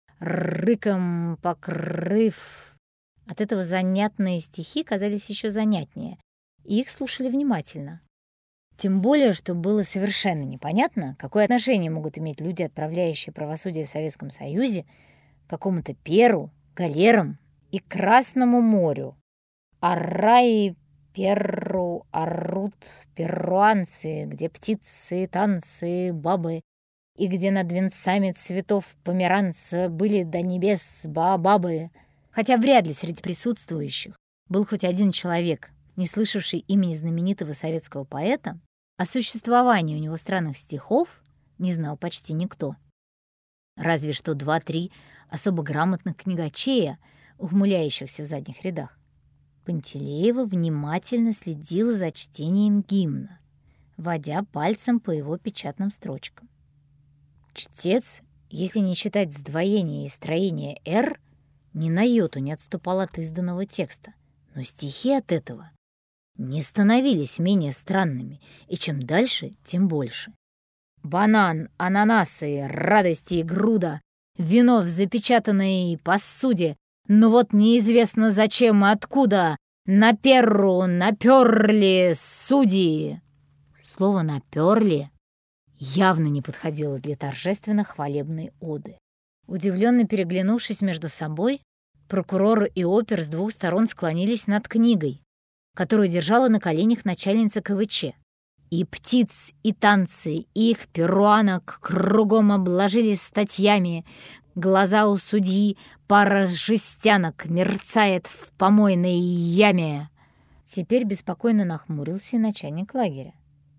«Рыком покрыв». От этого занятные стихи казались еще занятнее, и их слушали внимательно. Тем более, что было совершенно непонятно, какое отношение могут иметь люди, отправляющие правосудие в Советском Союзе, к какому-то Перу, галерам и Красному морю. Араи Перу орут перуанцы, где птицы, танцы, бабы, и где над венцами цветов померанца были до небес баобабы. Хотя вряд ли среди присутствующих был хоть один человек, не слышавший имени знаменитого советского поэта, о существовании у него странных стихов не знал почти никто. Разве что два-три особо грамотных книгачея, ухмыляющихся в задних рядах. Пантелеева внимательно следила за чтением гимна, водя пальцем по его печатным строчкам. Чтец, если не считать сдвоения и строения «р», ни на йоту не отступал от изданного текста, но стихи от этого не становились менее странными, и чем дальше, тем больше. Банан, ананасы, радости и груда, вино в запечатанной посуде, но вот неизвестно зачем и откуда, на перу наперли судьи. Слово «наперли» явно не подходило для торжественно-хвалебной оды. Удивленно переглянувшись между собой, прокурор и опер с двух сторон склонились над книгой, которую держала на коленях начальница ка вэ че. И птиц, и танцы, и их перуанок кругом обложили статьями. Глаза у судьи пара жестянок мерцает в помойной яме. Теперь беспокойно нахмурился и начальник лагеря.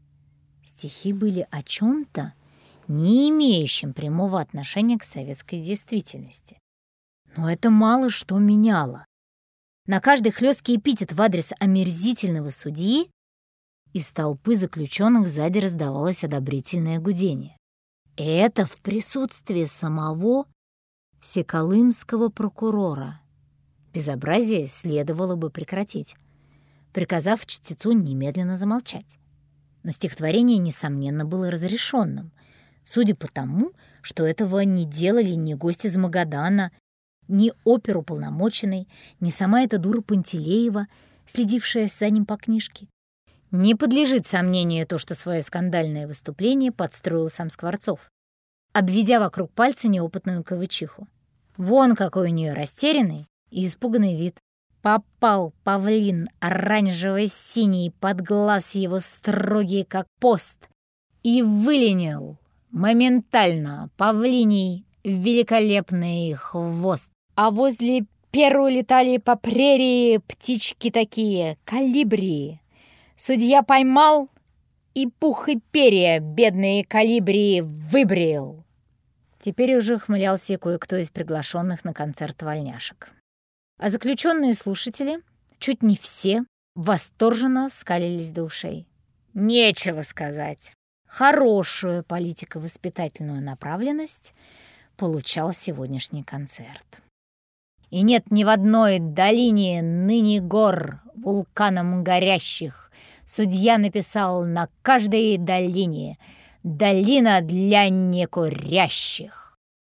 Стихи были о чем-то, не имеющем прямого отношения к советской действительности. Но это мало что меняло. На каждый хлесткий эпитет в адрес омерзительного судьи из толпы заключенных сзади раздавалось одобрительное гудение. Это в присутствии самого всеколымского прокурора. Безобразие следовало бы прекратить, приказав чтецу немедленно замолчать. Но стихотворение, несомненно, было разрешенным, судя по тому, что этого не делали ни гости из Магадана, ни оперуполномоченный, ни сама эта дура Пантелеева, следившая за ним по книжке. Не подлежит сомнению то, что свое скандальное выступление подстроил сам Скворцов, обведя вокруг пальца неопытную кавычиху. Вон какой у нее растерянный и испуганный вид. Попал павлин оранжево-синий под глаз его строгий, как пост, и выленил моментально павлиний великолепный хвост. А возле перу летали по прерии птички такие, калибрии. Судья поймал и пух и перья бедные калибрии выбрил. Теперь уже хмылялся и кое-кто из приглашенных на концерт вольняшек. А заключенные слушатели, чуть не все, восторженно скалились до ушей. Нечего сказать. Хорошую политико-воспитательную направленность получал сегодняшний концерт. И нет ни в одной долине ныне гор вулканом горящих. Судья написал на каждой долине «Долина для некурящих».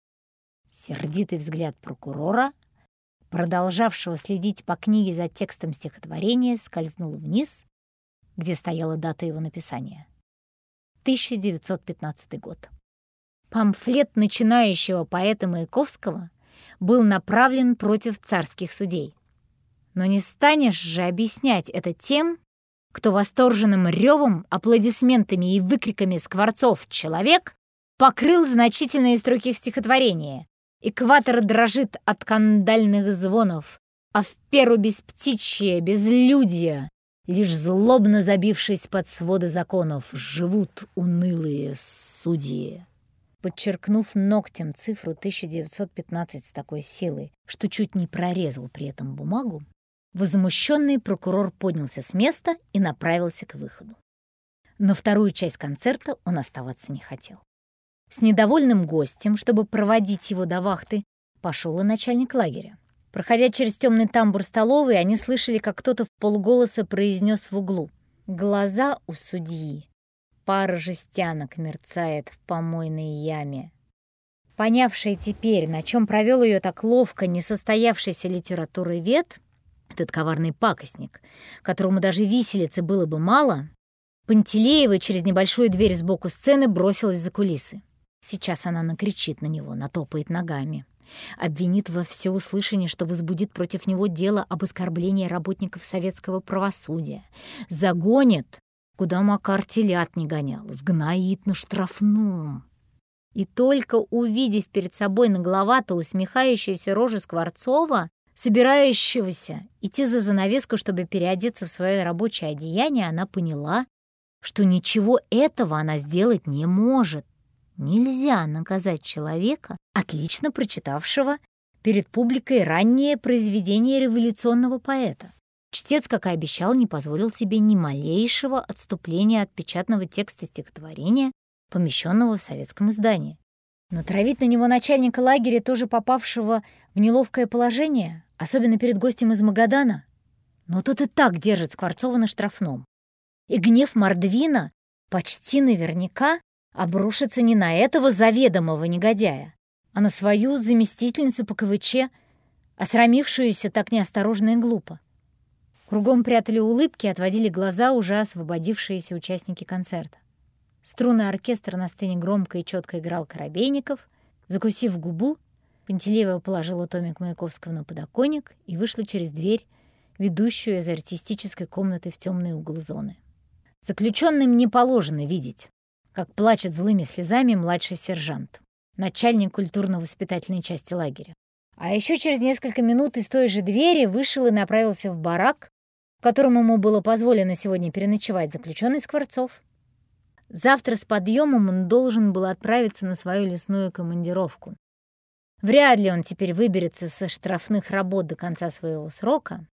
Сердитый взгляд прокурора, продолжавшего следить по книге за текстом стихотворения, скользнул вниз, где стояла дата его написания. тысяча девятьсот пятнадцатый год. Памфлет начинающего поэта Маяковского был направлен против царских судей. Но не станешь же объяснять это тем, кто восторженным ревом, аплодисментами и выкриками Скворцов «Человек» покрыл значительные строки в стихотворении. Экватор дрожит от кандальных звонов, а в перу без птичья, безлюдья, лишь злобно забившись под своды законов, живут унылые судьи. Подчеркнув ногтем цифру тысяча девятьсот пятнадцать с такой силой, что чуть не прорезал при этом бумагу, возмущенный прокурор поднялся с места и направился к выходу. На вторую часть концерта он оставаться не хотел. С недовольным гостем, чтобы проводить его до вахты, пошел и начальник лагеря. Проходя через темный тамбур столовой, они слышали, как кто-то вполголоса произнес в углу: «Глаза у судьи. Пара жестянок мерцает в помойной яме». Понявший теперь, на чем провел ее так ловко несостоявшийся литературовед, этот коварный пакостник, которому даже виселицы было бы мало, Пантелеева через небольшую дверь сбоку сцены бросилась за кулисы. Сейчас она накричит на него, натопает ногами, обвинит во всеуслышание, что возбудит против него дело об оскорблении работников советского правосудия, загонит, куда Макар телят не гонял, сгноит на штрафном. И только увидев перед собой нагловато усмехающуюся рожу Скворцова, собирающегося идти за занавеску, чтобы переодеться в свое рабочее одеяние, она поняла, что ничего этого она сделать не может. Нельзя наказать человека, отлично прочитавшего перед публикой раннее произведение революционного поэта. Чтец, как и обещал, не позволил себе ни малейшего отступления от печатного текста стихотворения, помещенного в советском издании. Натравить на него начальника лагеря, тоже попавшего в неловкое положение, особенно перед гостем из Магадана. Но тот и так держит Скворцова на штрафном. И гнев Мордвина почти наверняка обрушится не на этого заведомого негодяя, а на свою заместительницу по КВЧ, осрамившуюся так неосторожно и глупо. Кругом прятали улыбки, отводили глаза уже освободившиеся участники концерта. Струны оркестра на сцене громко и четко играл Коробейников. Закусив губу, Пантелеева положила томик Маяковского на подоконник и вышла через дверь, ведущую из артистической комнаты в темный угол зоны. Заключенным не положено видеть, как плачет злыми слезами младший сержант, начальник культурно-воспитательной части лагеря. А еще через несколько минут из той же двери вышел и направился в барак котором ему было позволено сегодня переночевать, заключенный Скворцов. Завтра с подъемом он должен был отправиться на свою лесную командировку. Вряд ли он теперь выберется со штрафных работ до конца своего срока,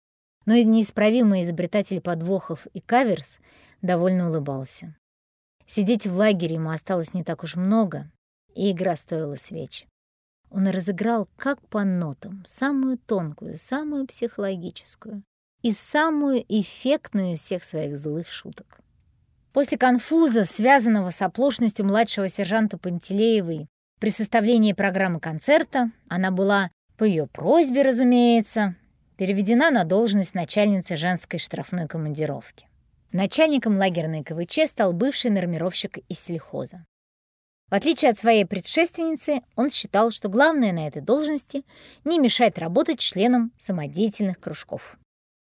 но неисправимый изобретатель подвохов и каверс довольно улыбался. Сидеть в лагере ему осталось не так уж много, и игра стоила свеч. Он разыграл как по нотам самую тонкую, самую психологическую и самую эффектную из всех своих злых шуток. После конфуза, связанного с оплошностью младшего сержанта Пантелеевой при составлении программы концерта, она была, по ее просьбе, разумеется, переведена на должность начальницы женской штрафной командировки. Начальником лагерной ка вэ че стал бывший нормировщик из сельхоза. В отличие от своей предшественницы, он считал, что главное на этой должности — не мешать работать членам самодеятельных кружков.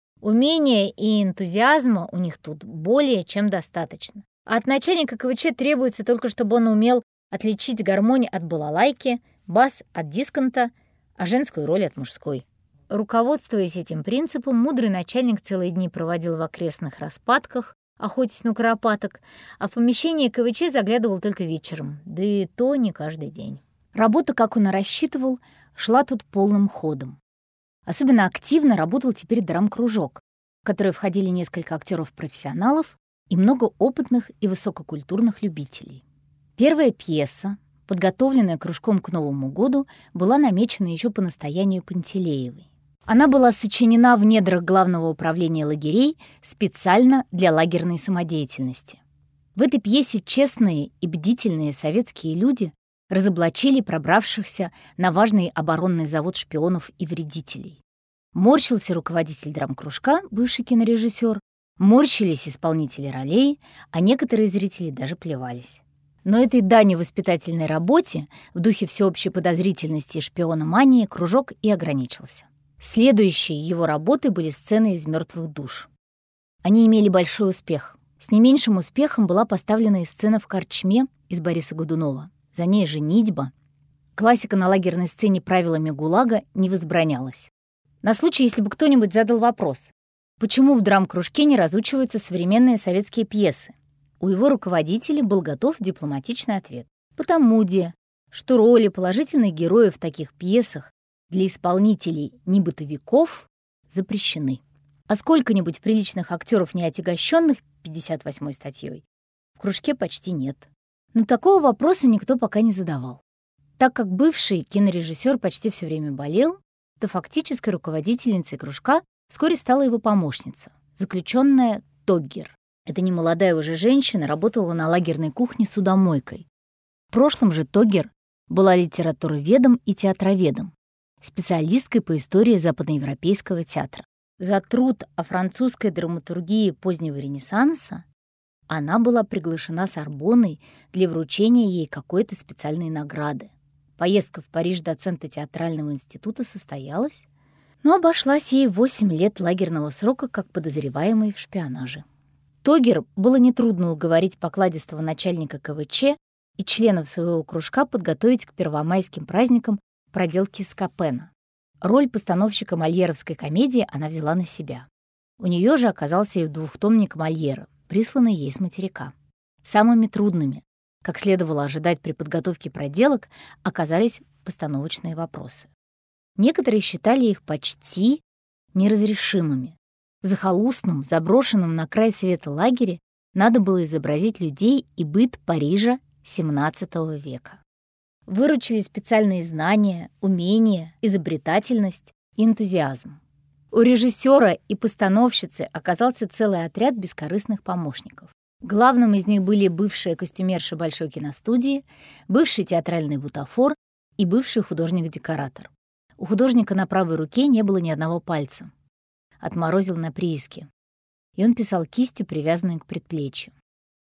Умения и энтузиазма у них тут более чем достаточно. А от начальника ка вэ че требуется только, чтобы он умел отличить гармонь от балалайки, бас от дисконта, а женскую роль от мужской. Руководствуясь этим принципом, мудрый начальник целые дни проводил в окрестных распадках, охотясь на куропаток, а в помещение ка вэ че заглядывал только вечером, да и то не каждый день. Работа, как он и рассчитывал, шла тут полным ходом. Особенно активно работал теперь драм-кружок, в который входили несколько актеров-профессионалов и много опытных и высококультурных любителей. Первая пьеса, подготовленная кружком к Новому году, была намечена еще по настоянию Пантелеевой. Она была сочинена в недрах Главного управления лагерей специально для лагерной самодеятельности. В этой пьесе честные и бдительные советские люди разоблачили пробравшихся на важный оборонный завод шпионов и вредителей. Морщился руководитель драмкружка, бывший кинорежиссер, морщились исполнители ролей, а некоторые зрители даже плевались. Но этой данью воспитательной работе в духе всеобщей подозрительности и шпиономании кружок и ограничился. Следующие его работы были сцены из «Мертвых душ». Они имели большой успех. С не меньшим успехом была поставлена и сцена в корчме из Бориса Годунова. За ней «Женитьба». Классика на лагерной сцене правилами ГУЛАГа не возбранялась. На случай, если бы кто-нибудь задал вопрос, почему в драм-кружке не разучиваются современные советские пьесы, у его руководителя был готов дипломатичный ответ. Потому де, что роли положительных героев в таких пьесах для исполнителей небытовиков запрещены. А сколько-нибудь приличных актеров, не отягощенных пятьдесят восьмой статьей, в кружке почти нет. Но такого вопроса никто пока не задавал. Так как бывший кинорежиссер почти все время болел, то фактической руководительницей кружка вскоре стала его помощница, заключенная Тоггер. Эта немолодая уже женщина работала на лагерной кухне судомойкой. В прошлом же Тоггер была литературоведом и театроведом, специалисткой по истории западноевропейского театра. За труд о французской драматургии позднего Ренессанса она была приглашена Сорбонной для вручения ей какой-то специальной награды. Поездка в Париж доцента театрального института состоялась, но обошлась ей восемь лет лагерного срока как подозреваемой в шпионаже. Тоггер было нетрудно уговорить покладистого начальника ка вэ че и членов своего кружка подготовить к первомайским праздникам проделки Скопена. Роль постановщика мольеровской комедии она взяла на себя. У нее же оказался и двухтомник Мольера, присланный ей с материка. Самыми трудными, как следовало ожидать при подготовке проделок, оказались постановочные вопросы. Некоторые считали их почти неразрешимыми. В захолустном, заброшенном на край света лагере надо было изобразить людей и быт Парижа семнадцатого века. Выручили специальные знания, умения, изобретательность и энтузиазм. У режиссера и постановщицы оказался целый отряд бескорыстных помощников. Главным из них были бывшая костюмерша Большой киностудии, бывший театральный бутафор и бывший художник-декоратор. У художника на правой руке не было ни одного пальца. Отморозил на прииске, и он писал кистью, привязанной к предплечью.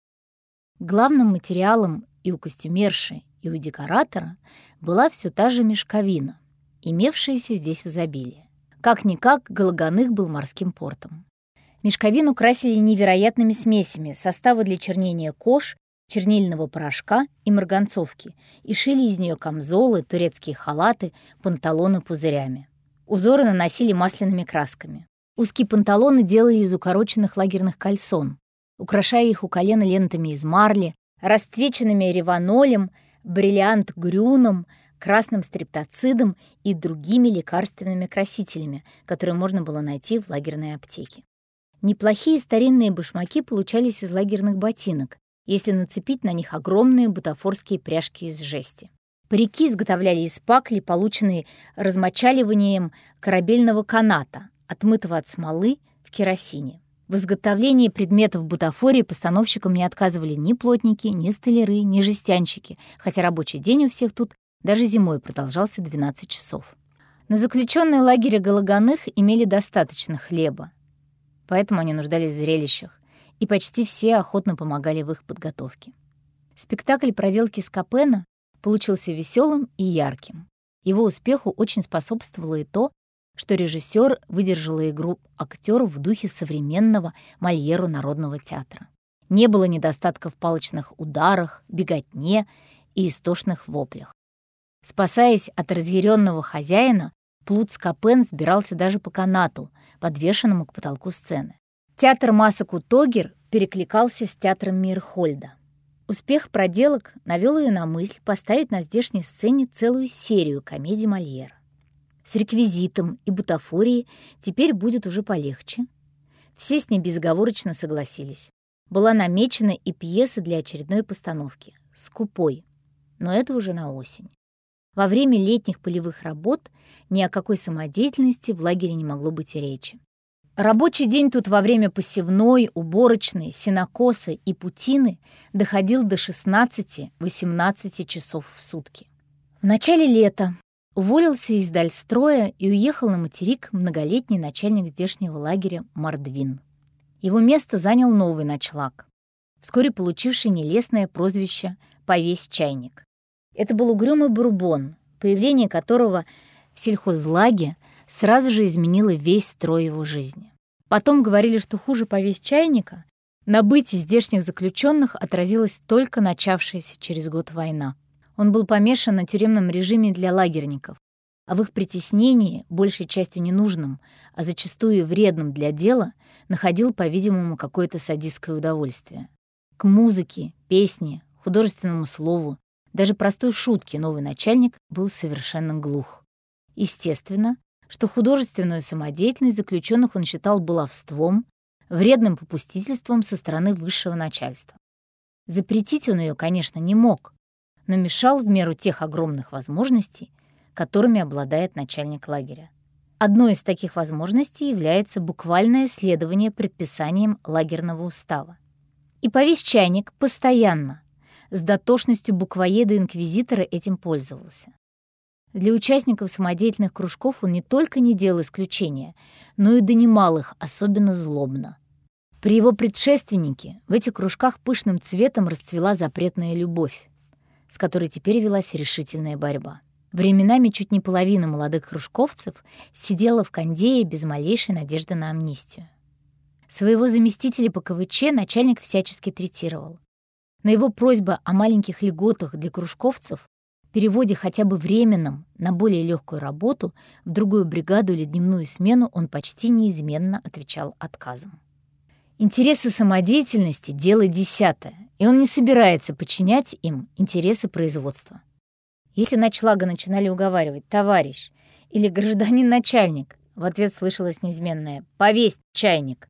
Главным материалом и у костюмерши, и у декоратора была все та же мешковина, имевшаяся здесь в изобилии. Как-никак Гологаных был морским портом. Мешковину красили невероятными смесями состава для чернения кож, чернильного порошка и марганцовки и шили из нее камзолы, турецкие халаты, панталоны пузырями. Узоры наносили масляными красками. Узкие панталоны делали из укороченных лагерных кальсон, украшая их у колена лентами из марли, расцвеченными реванолем, бриллиант-грюном, красным стрептоцидом и другими лекарственными красителями, которые можно было найти в лагерной аптеке. Неплохие старинные башмаки получались из лагерных ботинок, если нацепить на них огромные бутафорские пряжки из жести. Парики изготовляли из пакли, полученной размочаливанием корабельного каната, отмытого от смолы в керосине. В изготовлении предметов бутафории постановщикам не отказывали ни плотники, ни столяры, ни жестянщики, хотя рабочий день у всех тут даже зимой продолжался двенадцать часов. Но заключенные лагеря Галаганых имели достаточно хлеба, поэтому они нуждались в зрелищах, и почти все охотно помогали в их подготовке. Спектакль «Проделки Скопена» получился веселым и ярким. Его успеху очень способствовало и то, что режиссер выдержал игру актеров в духе современного Мольеру народного театра. Не было недостатка в палочных ударах, беготне и истошных воплях. Спасаясь от разъяренного хозяина, плут Скопен сбирался даже по канату, подвешенному к потолку сцены. Театр масок у Тогер перекликался с театром Мейерхольда. Успех проделок навел ее на мысль поставить на здешней сцене целую серию комедий Мольера. С реквизитом и бутафорией теперь будет уже полегче. Все с ней безоговорочно согласились. Была намечена и пьеса для очередной постановки «Скупой», но это уже на осень. Во время летних полевых работ ни о какой самодеятельности в лагере не могло быть и речи. Рабочий день тут во время посевной, уборочной, сенокоса и путины доходил до шестнадцати-восемнадцати часов в сутки. В начале лета уволился из Дальстроя и уехал на материк многолетний начальник здешнего лагеря Мордвин. Его место занял новый ночлаг, вскоре получивший нелестное прозвище «Повесь чайник». Это был угрюмый бурбон, появление которого в сельхозлаге сразу же изменило весь строй его жизни. Потом говорили, что хуже «Повесь чайника» на быте здешних заключенных отразилась только начавшаяся через год война. Он был помешан на тюремном режиме для лагерников, а в их притеснении, большей частью ненужным, а зачастую вредным для дела, находил, по-видимому, какое-то садистское удовольствие. К музыке, песне, художественному слову, даже простой шутке новый начальник был совершенно глух. Естественно, что художественную самодеятельность заключенных он считал баловством, вредным попустительством со стороны высшего начальства. Запретить он ее, конечно, не мог, но мешал в меру тех огромных возможностей, которыми обладает начальник лагеря. Одной из таких возможностей является буквальное следование предписаниям лагерного устава. И повесь чайник постоянно, с дотошностью буквоеда-инквизитора этим пользовался. Для участников самодеятельных кружков он не только не делал исключения, но и донимал их особенно злобно. При его предшественнике в этих кружках пышным цветом расцвела запретная любовь, с которой теперь велась решительная борьба. Временами чуть не половина молодых кружковцев сидела в кондее без малейшей надежды на амнистию. Своего заместителя по ка вэ че начальник всячески третировал. На его просьбы о маленьких льготах для кружковцев, переводе хотя бы временном на более легкую работу в другую бригаду или дневную смену он почти неизменно отвечал отказом. Интересы самодеятельности — дело десятое, и он не собирается подчинять им интересы производства. Если ночлага начинали уговаривать «товарищ» или «гражданин-начальник», в ответ слышалось неизменное «повесь чайник».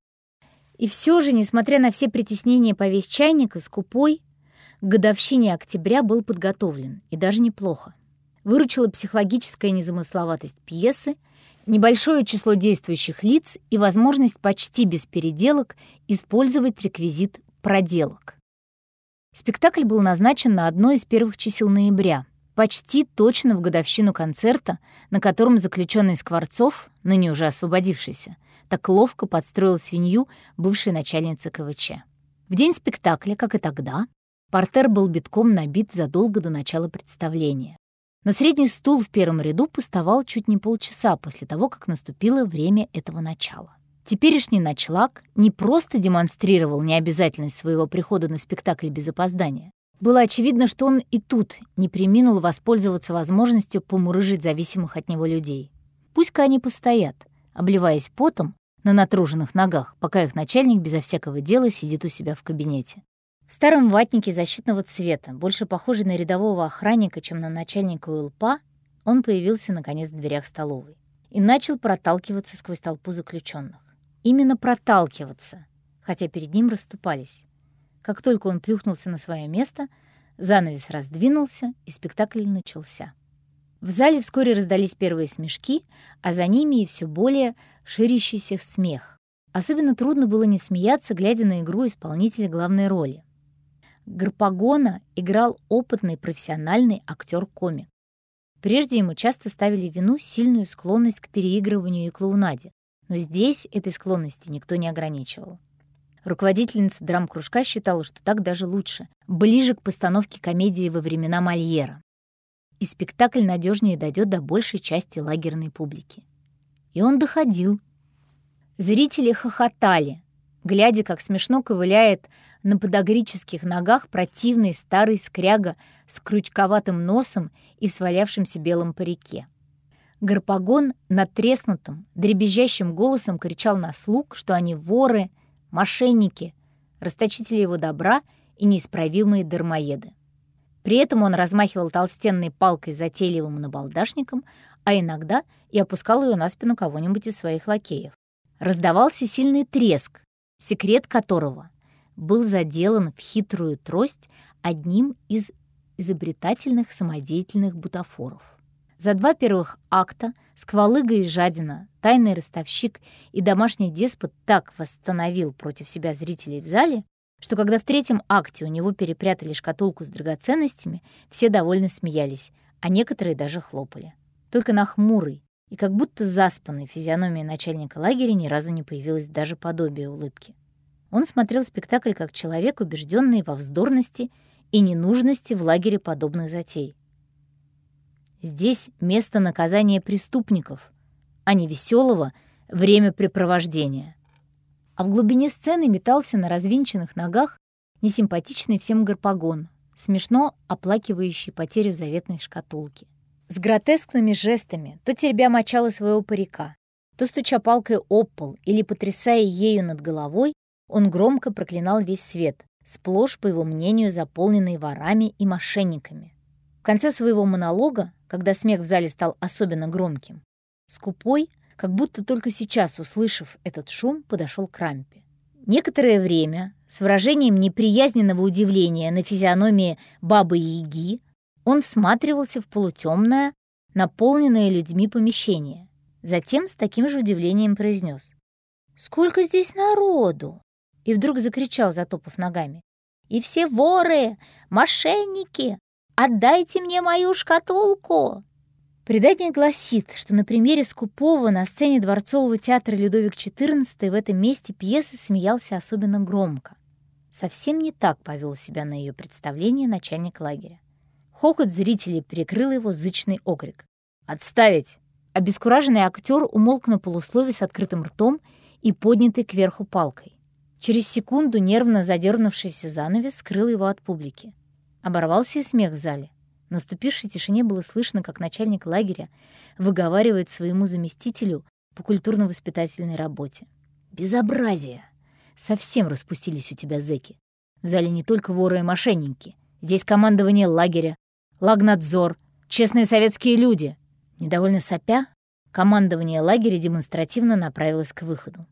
И все же, несмотря на все притеснения «повесь чайника», Скупой к годовщине октября был подготовлен, и даже неплохо. Выручила психологическая незамысловатость пьесы, небольшое число действующих лиц и возможность почти без переделок использовать реквизит проделок. Спектакль был назначен на одно из первых чисел ноября, почти точно в годовщину концерта, на котором заключенный Скворцов, ныне уже освободившийся, так ловко подстроил свинью бывшей начальницы ка вэ че. В день спектакля, как и тогда, портер был битком набит задолго до начала представления. Но средний стул в первом ряду пустовал чуть не полчаса после того, как наступило время этого начала. Теперешний ночлаг не просто демонстрировал необязательность своего прихода на спектакль без опоздания. Было очевидно, что он и тут не преминул воспользоваться возможностью помурыжить зависимых от него людей. Пусть-ка они постоят, обливаясь потом на натруженных ногах, пока их начальник безо всякого дела сидит у себя в кабинете. В старом ватнике защитного цвета, больше похожий на рядового охранника, чем на начальника УЛПА, он появился, наконец, в дверях столовой и начал проталкиваться сквозь толпу заключенных. Именно проталкиваться, хотя перед ним расступались. Как только он плюхнулся на свое место, занавес раздвинулся, и спектакль начался. В зале вскоре раздались первые смешки, а за ними и все более ширящийся смех. Особенно трудно было не смеяться, глядя на игру исполнителя главной роли. Гарпагона играл опытный профессиональный актер-комик. Прежде ему часто ставили в вину сильную склонность к переигрыванию и клоунаде, но здесь этой склонности никто не ограничивал. Руководительница драм-кружка считала, что так даже лучше, ближе к постановке комедии во времена Мольера. И спектакль надежнее дойдет до большей части лагерной публики. И он доходил. Зрители хохотали, глядя, как смешно ковыляет на подагрических ногах противный старый скряга с крючковатым носом и в свалявшемся белом парике. Гарпагон надтреснутым, дребезжащим голосом кричал на слуг, что они воры, мошенники, расточители его добра и неисправимые дармоеды. При этом он размахивал толстенной палкой с затейливым набалдашником, а иногда и опускал ее на спину кого-нибудь из своих лакеев. Раздавался сильный треск, секрет которого был заделан в хитрую трость одним из изобретательных самодеятельных бутафоров. За два первых акта сквалыга и жадина, тайный ростовщик и домашний деспот так восстановил против себя зрителей в зале, что когда в третьем акте у него перепрятали шкатулку с драгоценностями, все довольно смеялись, а некоторые даже хлопали. Только на хмурой и как будто заспанной физиономии начальника лагеря ни разу не появилось даже подобие улыбки. Он смотрел спектакль как человек, убежденный во вздорности и ненужности в лагере подобных затей. Здесь место наказания преступников, а не веселого времяпрепровождения. А в глубине сцены метался на развинченных ногах несимпатичный всем Гарпагон, смешно оплакивающий потерю заветной шкатулки. С гротескными жестами, то теребя мочало своего парика, то стуча палкой об пол или потрясая ею над головой, он громко проклинал весь свет, сплошь, по его мнению, заполненный ворами и мошенниками. В конце своего монолога, когда смех в зале стал особенно громким, скупой, как будто только сейчас, услышав этот шум, подошел к рампе. Некоторое время, с выражением неприязненного удивления на физиономии бабы-яги, он всматривался в полутемное, наполненное людьми помещение. Затем с таким же удивлением произнес: «Сколько здесь народу!» И вдруг закричал, затопав ногами: «И все воры, мошенники! Отдайте мне мою шкатулку!» Предание гласит, что на примере скупого на сцене Дворцового театра Людовик четырнадцатый в этом месте пьесы смеялся особенно громко. Совсем не так повел себя на ее представление начальник лагеря. Хохот зрителей перекрыл его зычный окрик: «Отставить!» Обескураженный актер умолк на полуслове с открытым ртом и поднятой кверху палкой. Через секунду нервно задернувшийся занавес скрыл его от публики. Оборвался и смех в зале. В наступившей тишине было слышно, как начальник лагеря выговаривает своему заместителю по культурно-воспитательной работе: «Безобразие! Совсем распустились у тебя зэки. В зале не только воры и мошенники. Здесь командование лагеря, лагнадзор, честные советские люди». Недовольно сопя, командование лагеря демонстративно направилось к выходу.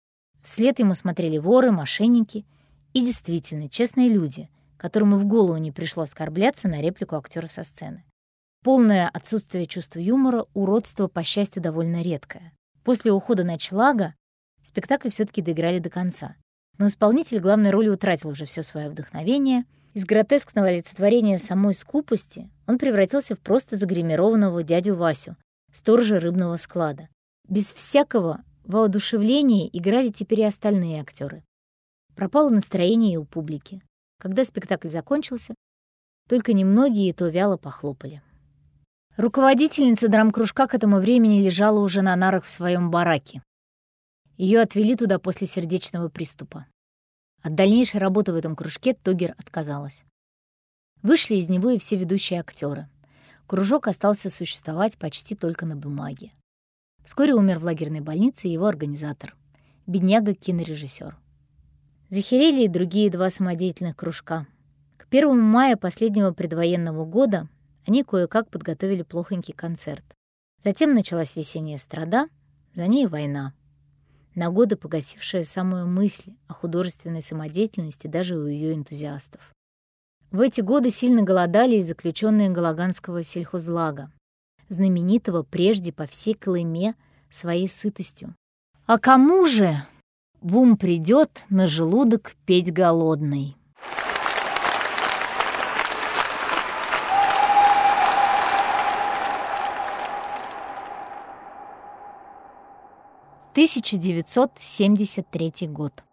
Вслед ему смотрели воры, мошенники и действительно честные люди, которым и в голову не пришло оскорбляться на реплику актера со сцены. Полное отсутствие чувства юмора, уродство, по счастью, довольно редкое. После ухода Ночлага спектакль все-таки доиграли до конца. Но исполнитель главной роли утратил уже все свое вдохновение. Из гротескного олицетворения самой скупости он превратился в просто загримированного дядю Васю, сторожа рыбного склада. Без всякого воодушевления играли теперь и остальные актеры. Пропало настроение и у публики. Когда спектакль закончился, только немногие и то вяло похлопали. Руководительница драмкружка к этому времени лежала уже на нарах в своем бараке. Ее отвели туда после сердечного приступа. От дальнейшей работы в этом кружке Тогер отказалась. Вышли из него и все ведущие актеры. Кружок остался существовать почти только на бумаге. Вскоре умер в лагерной больнице его организатор. бедняга-кинорежиссер. Захерели и другие два самодеятельных кружка. К первому мая последнего предвоенного года они кое-как подготовили плохонький концерт. Затем началась весенняя страда, за ней война. На годы погасившая самую мысль о художественной самодеятельности даже у ее энтузиастов. В эти годы сильно голодали и заключенные Галаганского сельхозлага, знаменитого прежде по всей Колыме своей сытостью. А кому же в ум придет на желудок петь голодный? тысяча девятьсот семьдесят третий год.